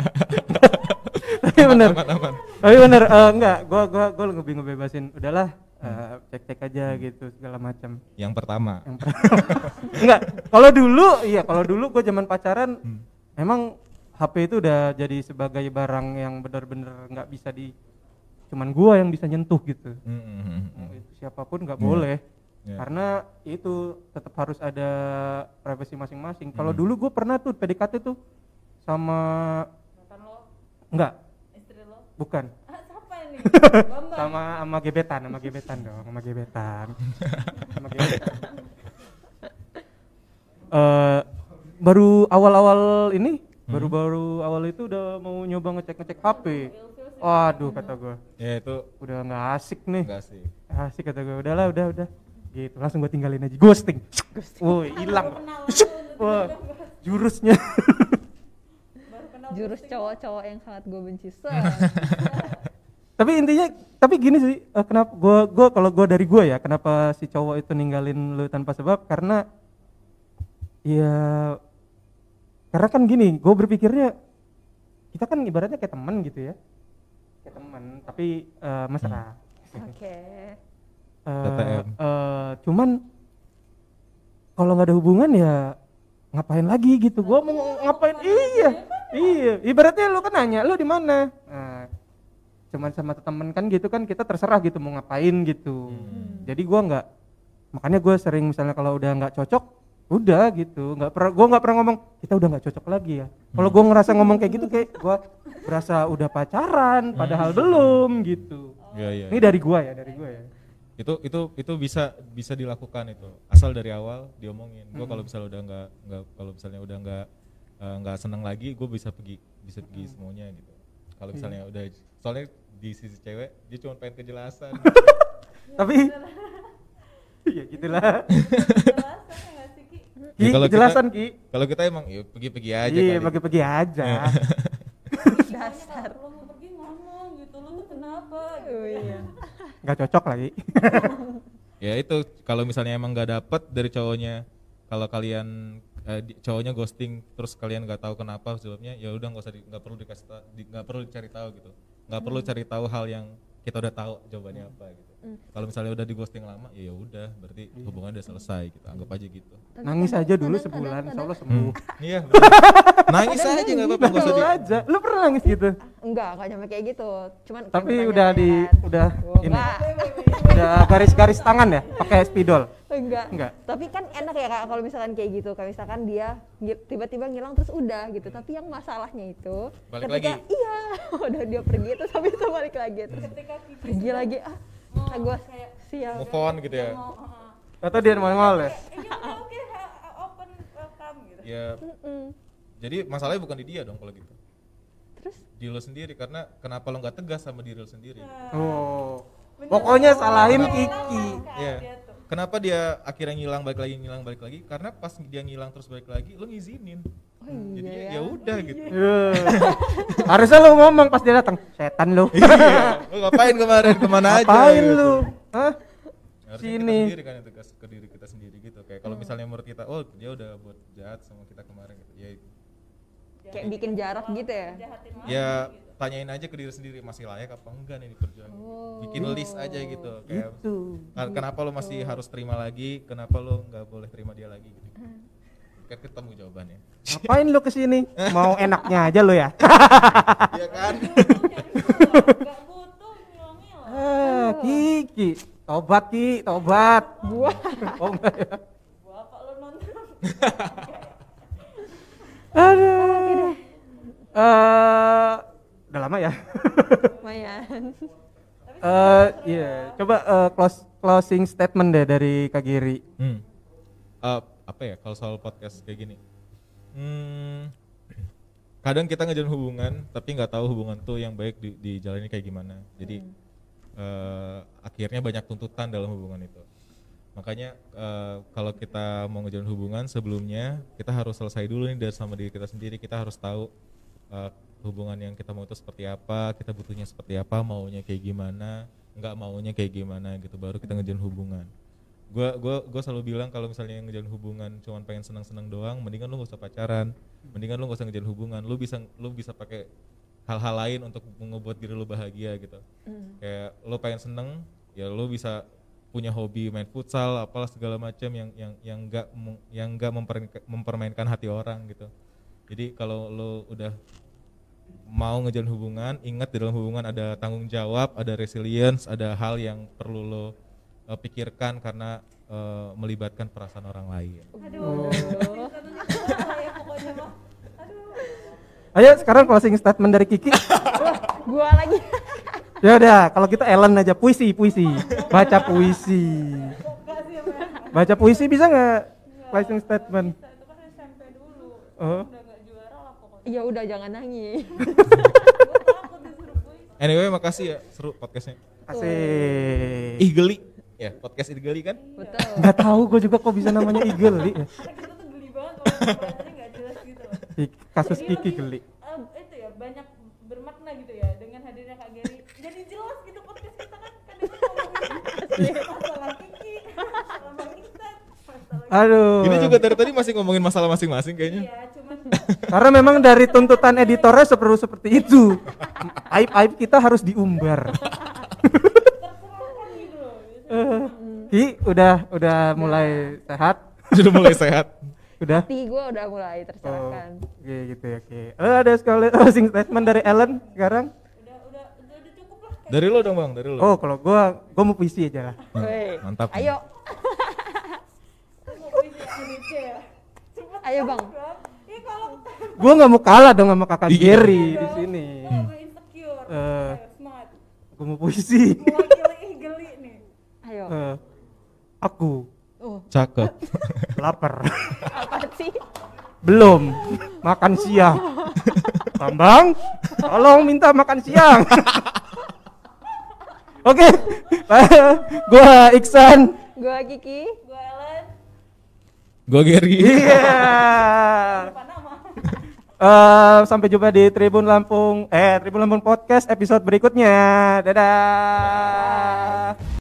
Tapi bener, Aman, aman. tapi bener eh, enggak. Gua gua gua lebih ngebebasin. Udahlah eh, cek-cek aja gitu segala macam. Yang pertama. Yang pertama. Enggak. Kalau dulu, iya kalau dulu gua zaman pacaran, Hmm. emang H P itu udah jadi sebagai barang yang benar-benar nggak bisa di, cuman gua yang bisa nyentuh gitu. Hmm, hmm, hmm, hmm. Mau itu siapapun nggak Iya. boleh. Iya. Karena itu tetap harus ada privasi masing-masing. Kalau Hmm. dulu gue pernah tuh P D K T tuh sama Mantan lo, enggak, istri lo. bukan. Ah, siapa ini? Bambang. Sama sama gebetan, sama gebetan dong, sama gebetan. Sama gebetan. Eh, baru awal-awal ini, Hmm. baru-baru awal itu udah mau nyoba ngecek-ngecek H P. Waduh kata gue, Ya itu udah nggak asik nih. enggak sih. Asik kata gue, udahlah udah udah. Gitu, langsung gue tinggalin aja, ghosting. Woi, hilang. Wah, jurusnya. Jurus cowok-cowok yang sangat gue benci. Se. Tapi intinya, tapi gini sih, eh, kenapa gue gue kalau gue dari gue ya, kenapa si cowok itu ninggalin lu tanpa sebab? Karena ya, karena kan gini, gue berpikirnya kita kan ibaratnya kayak teman gitu ya, kayak teman, tapi eh, mesra. Oke. Eh, T T M. eh, cuman kalau nggak ada hubungan ya ngapain lagi gitu? Gue mau ngapain? Iya, iya. Ibaratnya lu kan nanya, lu di mana? Nah, cuman sama temen kan gitu kan kita terserah gitu mau ngapain gitu. Hmm. Jadi gua nggak, makanya gue sering misalnya kalau udah nggak cocok, udah gitu. Nggak pernah, gue nggak pernah ngomong kita udah nggak cocok lagi ya. Kalau gue ngerasa ngomong kayak gitu kayak gue berasa udah pacaran, padahal belum gitu. Iya, iya. Ini dari gua ya, dari gua ya. itu itu itu bisa bisa dilakukan itu asal dari awal diomongin. Gue Hmm. kalau misalnya udah nggak nggak kalau misalnya udah nggak eh, nggak seneng lagi, gue bisa pergi bisa pergi semuanya gitu. Kalau misalnya udah, soalnya di sisi cewek dia cuma pengen kejelasan. Tapi iya gitulah. Jelasan nggak sih Ki? Ki, Ya, kalau kita- kejelasan Ki. Kalau kita emang ya pergi-pergi aja Iya, kali. pergi-pergi aja. Dasar. Kalau mau pergi ngomong gitu, lo tuh kenapa? Oh iya. Nggak cocok lagi. Ya itu kalau misalnya emang nggak dapet dari cowoknya, kalau kalian eh, di- cowoknya ghosting terus kalian nggak tahu kenapa sebabnya, ya udah nggak usah di- nggak perlu dikasih ta- di- nggak perlu cari tahu gitu, nggak perlu cari tahu hal yang kita udah tahu jawabannya apa gitu. Mm. Kalau misalnya udah di ghosting lama, ya ya udah, berarti hubungan udah selesai gitu. Anggap aja gitu. Tapi Nangis kadang- aja dulu kadang- sebulan, kadang- insya Allah kadang- sembuh. Iya. bener. Nangis Kadang aja nggak apa-apa, nggak usah Lu di. aja, lu pernah nangis gitu? Enggak, enggak nyampe kayak gitu. Cuman kayak Tapi bertanya-tanya udah di, kan. udah Oh, ini, enggak. udah garis-garis tangan ya, pakai spidol. Enggak. Enggak. Tapi kan enak ya Kak kalau misalkan kayak gitu. Kayak misalkan dia ngi- tiba-tiba ngilang terus udah gitu. Tapi yang masalahnya itu Balik ketika lagi. iya, udah dia pergi terus habis itu balik lagi terus pergi lagi ah. Ah, gua sial. Move on gitu ya. Atau dia mau ya? Ya, Mm-mm. jadi masalahnya bukan di dia dong kalau gitu. Terus Di lo sendiri, karena kenapa lo nggak tegas sama diri lo sendiri? Oh, pokoknya salahin Kiki. Iya. Kenapa dia akhirnya ngilang balik lagi ngilang balik lagi? Karena pas dia ngilang terus balik lagi, lo ngizinin. oh iya Jadi ya. ya udah gitu. Eh, Harusnya lu ngomong pas dia datang, setan lu. Iya. Lo ngapain kemarin? Kemana aja? Ngapain gitu. lu? Hah? Harusnya Sini. kita sendiri kan yang tegas ke diri kita sendiri gitu. Kayak kalau misalnya menurut kita, oh dia udah buat jahat sama kita kemarin gitu. Ya, Kayak bikin jarak gitu ya. ya tanyain aja ke diri sendiri, masih layak apa enggak nih diperjuangin. Oh. Bikin list aja gitu. Kayak Gitu. Ken- kenapa lo masih harus terima lagi? Kenapa lo nggak boleh terima dia lagi gitu? Kan ketemu jawabannya. Ngapain lu kesini? Mau enaknya aja lu ya? Iya kan? Ah, Kiki, tobat Ki, tobat. Gua Oh enggak ya? Aduh. Eh, udah lama ya. lumayan. Eh, iya, coba eh, close, closing statement deh dari Kak Giri. Hmm. Eh, apa ya kalau soal podcast kayak gini? Hmm, kadang kita ngejalin hubungan tapi nggak tahu hubungan tuh yang baik di, dijalani kayak gimana. Jadi eh, akhirnya banyak tuntutan dalam hubungan itu. Makanya eh, kalau kita mau ngejalin hubungan sebelumnya kita harus selesai dulu nih dari sama diri kita sendiri. Kita harus tahu eh, hubungan yang kita mau itu seperti apa, kita butuhnya seperti apa, maunya kayak gimana, nggak maunya kayak gimana gitu. Baru kita ngejalin hubungan. Gua gua gua selalu bilang kalau misalnya ngejalin hubungan cuman pengen senang-senang doang, mendingan lu gak usah pacaran, mendingan lu gak usah ngejalin hubungan. Lu bisa lu bisa pakai hal-hal lain untuk ngebuat diri lu bahagia gitu. Mm. Kayak lu pengen seneng, ya lu bisa punya hobi main futsal, apalah segala macam yang yang yang enggak yang enggak mempermainkan hati orang gitu. Jadi kalau lu udah mau ngejalin hubungan, ingat di dalam hubungan ada tanggung jawab, ada resilience, ada hal yang perlu lo uh, pikirkan karena uh, melibatkan perasaan orang lain. Aduh. Ayo sekarang closing statement dari Kiki. Gua lagi. Ya udah, kalau kita Ellen aja puisi, puisi. Baca puisi. Baca puisi bisa nggak? Closing statement. Oh. Ya udah jangan nangis. Anyway, makasih ya, seru podcastnya. Asik. Ih geli, ya podcast Ih geli kan? Betul. Nggak tahu gue juga kok bisa namanya Eagle. Li. Kasus Kiki geli. Eh, itu ya banyak bermakna gitu ya dengan hadirnya Kak Gary. Jadi jelas gitu podcast kita kan kan itu ngomongin masalah Kiki, masalah Bang Iksan, masalah Aduh. Ini juga dari tadi masih ngomongin masalah masing-masing kayaknya. ya cuman Karena memang dari tuntutan editornya seperti seperti itu. Aib-aib kita harus diumbar. terserahkan gitu loh. Eh, Ki udah udah mulai sehat. Sudah mulai sehat. Udah. Hati gue udah mulai Oh, tercerahkan. oke gitu ya, oke. Eh, ada sekali closing statement dari Ellen sekarang. Udah udah udah, udah cukup lah. Dari lo dong bang, dari lo. Oh, kalau gua gua mau puisi aja lah. Woi, Mantap. ayo, Mau puisi Indonesia ya. Cepet ayo bang. Bang. Iya kalau Gua nggak mau kalah dong sama kakak Iya. Gary di sini. kalau gue insecure, Eh. ayo semangat. Gua mau puisi. Mewakili Ih geli nih. Ayo. Eh, aku Oh, Cakep. lapar. apa sih? Belum makan siang. Bambang, tolong minta makan siang. Oke, gua Iksan. Gua Kiki. Gue Ellen, Gue Gary. Iya. apa nama? Eh, sampai jumpa di Tribun Lampung, eh Tribun Lampung Podcast episode berikutnya. Dadah.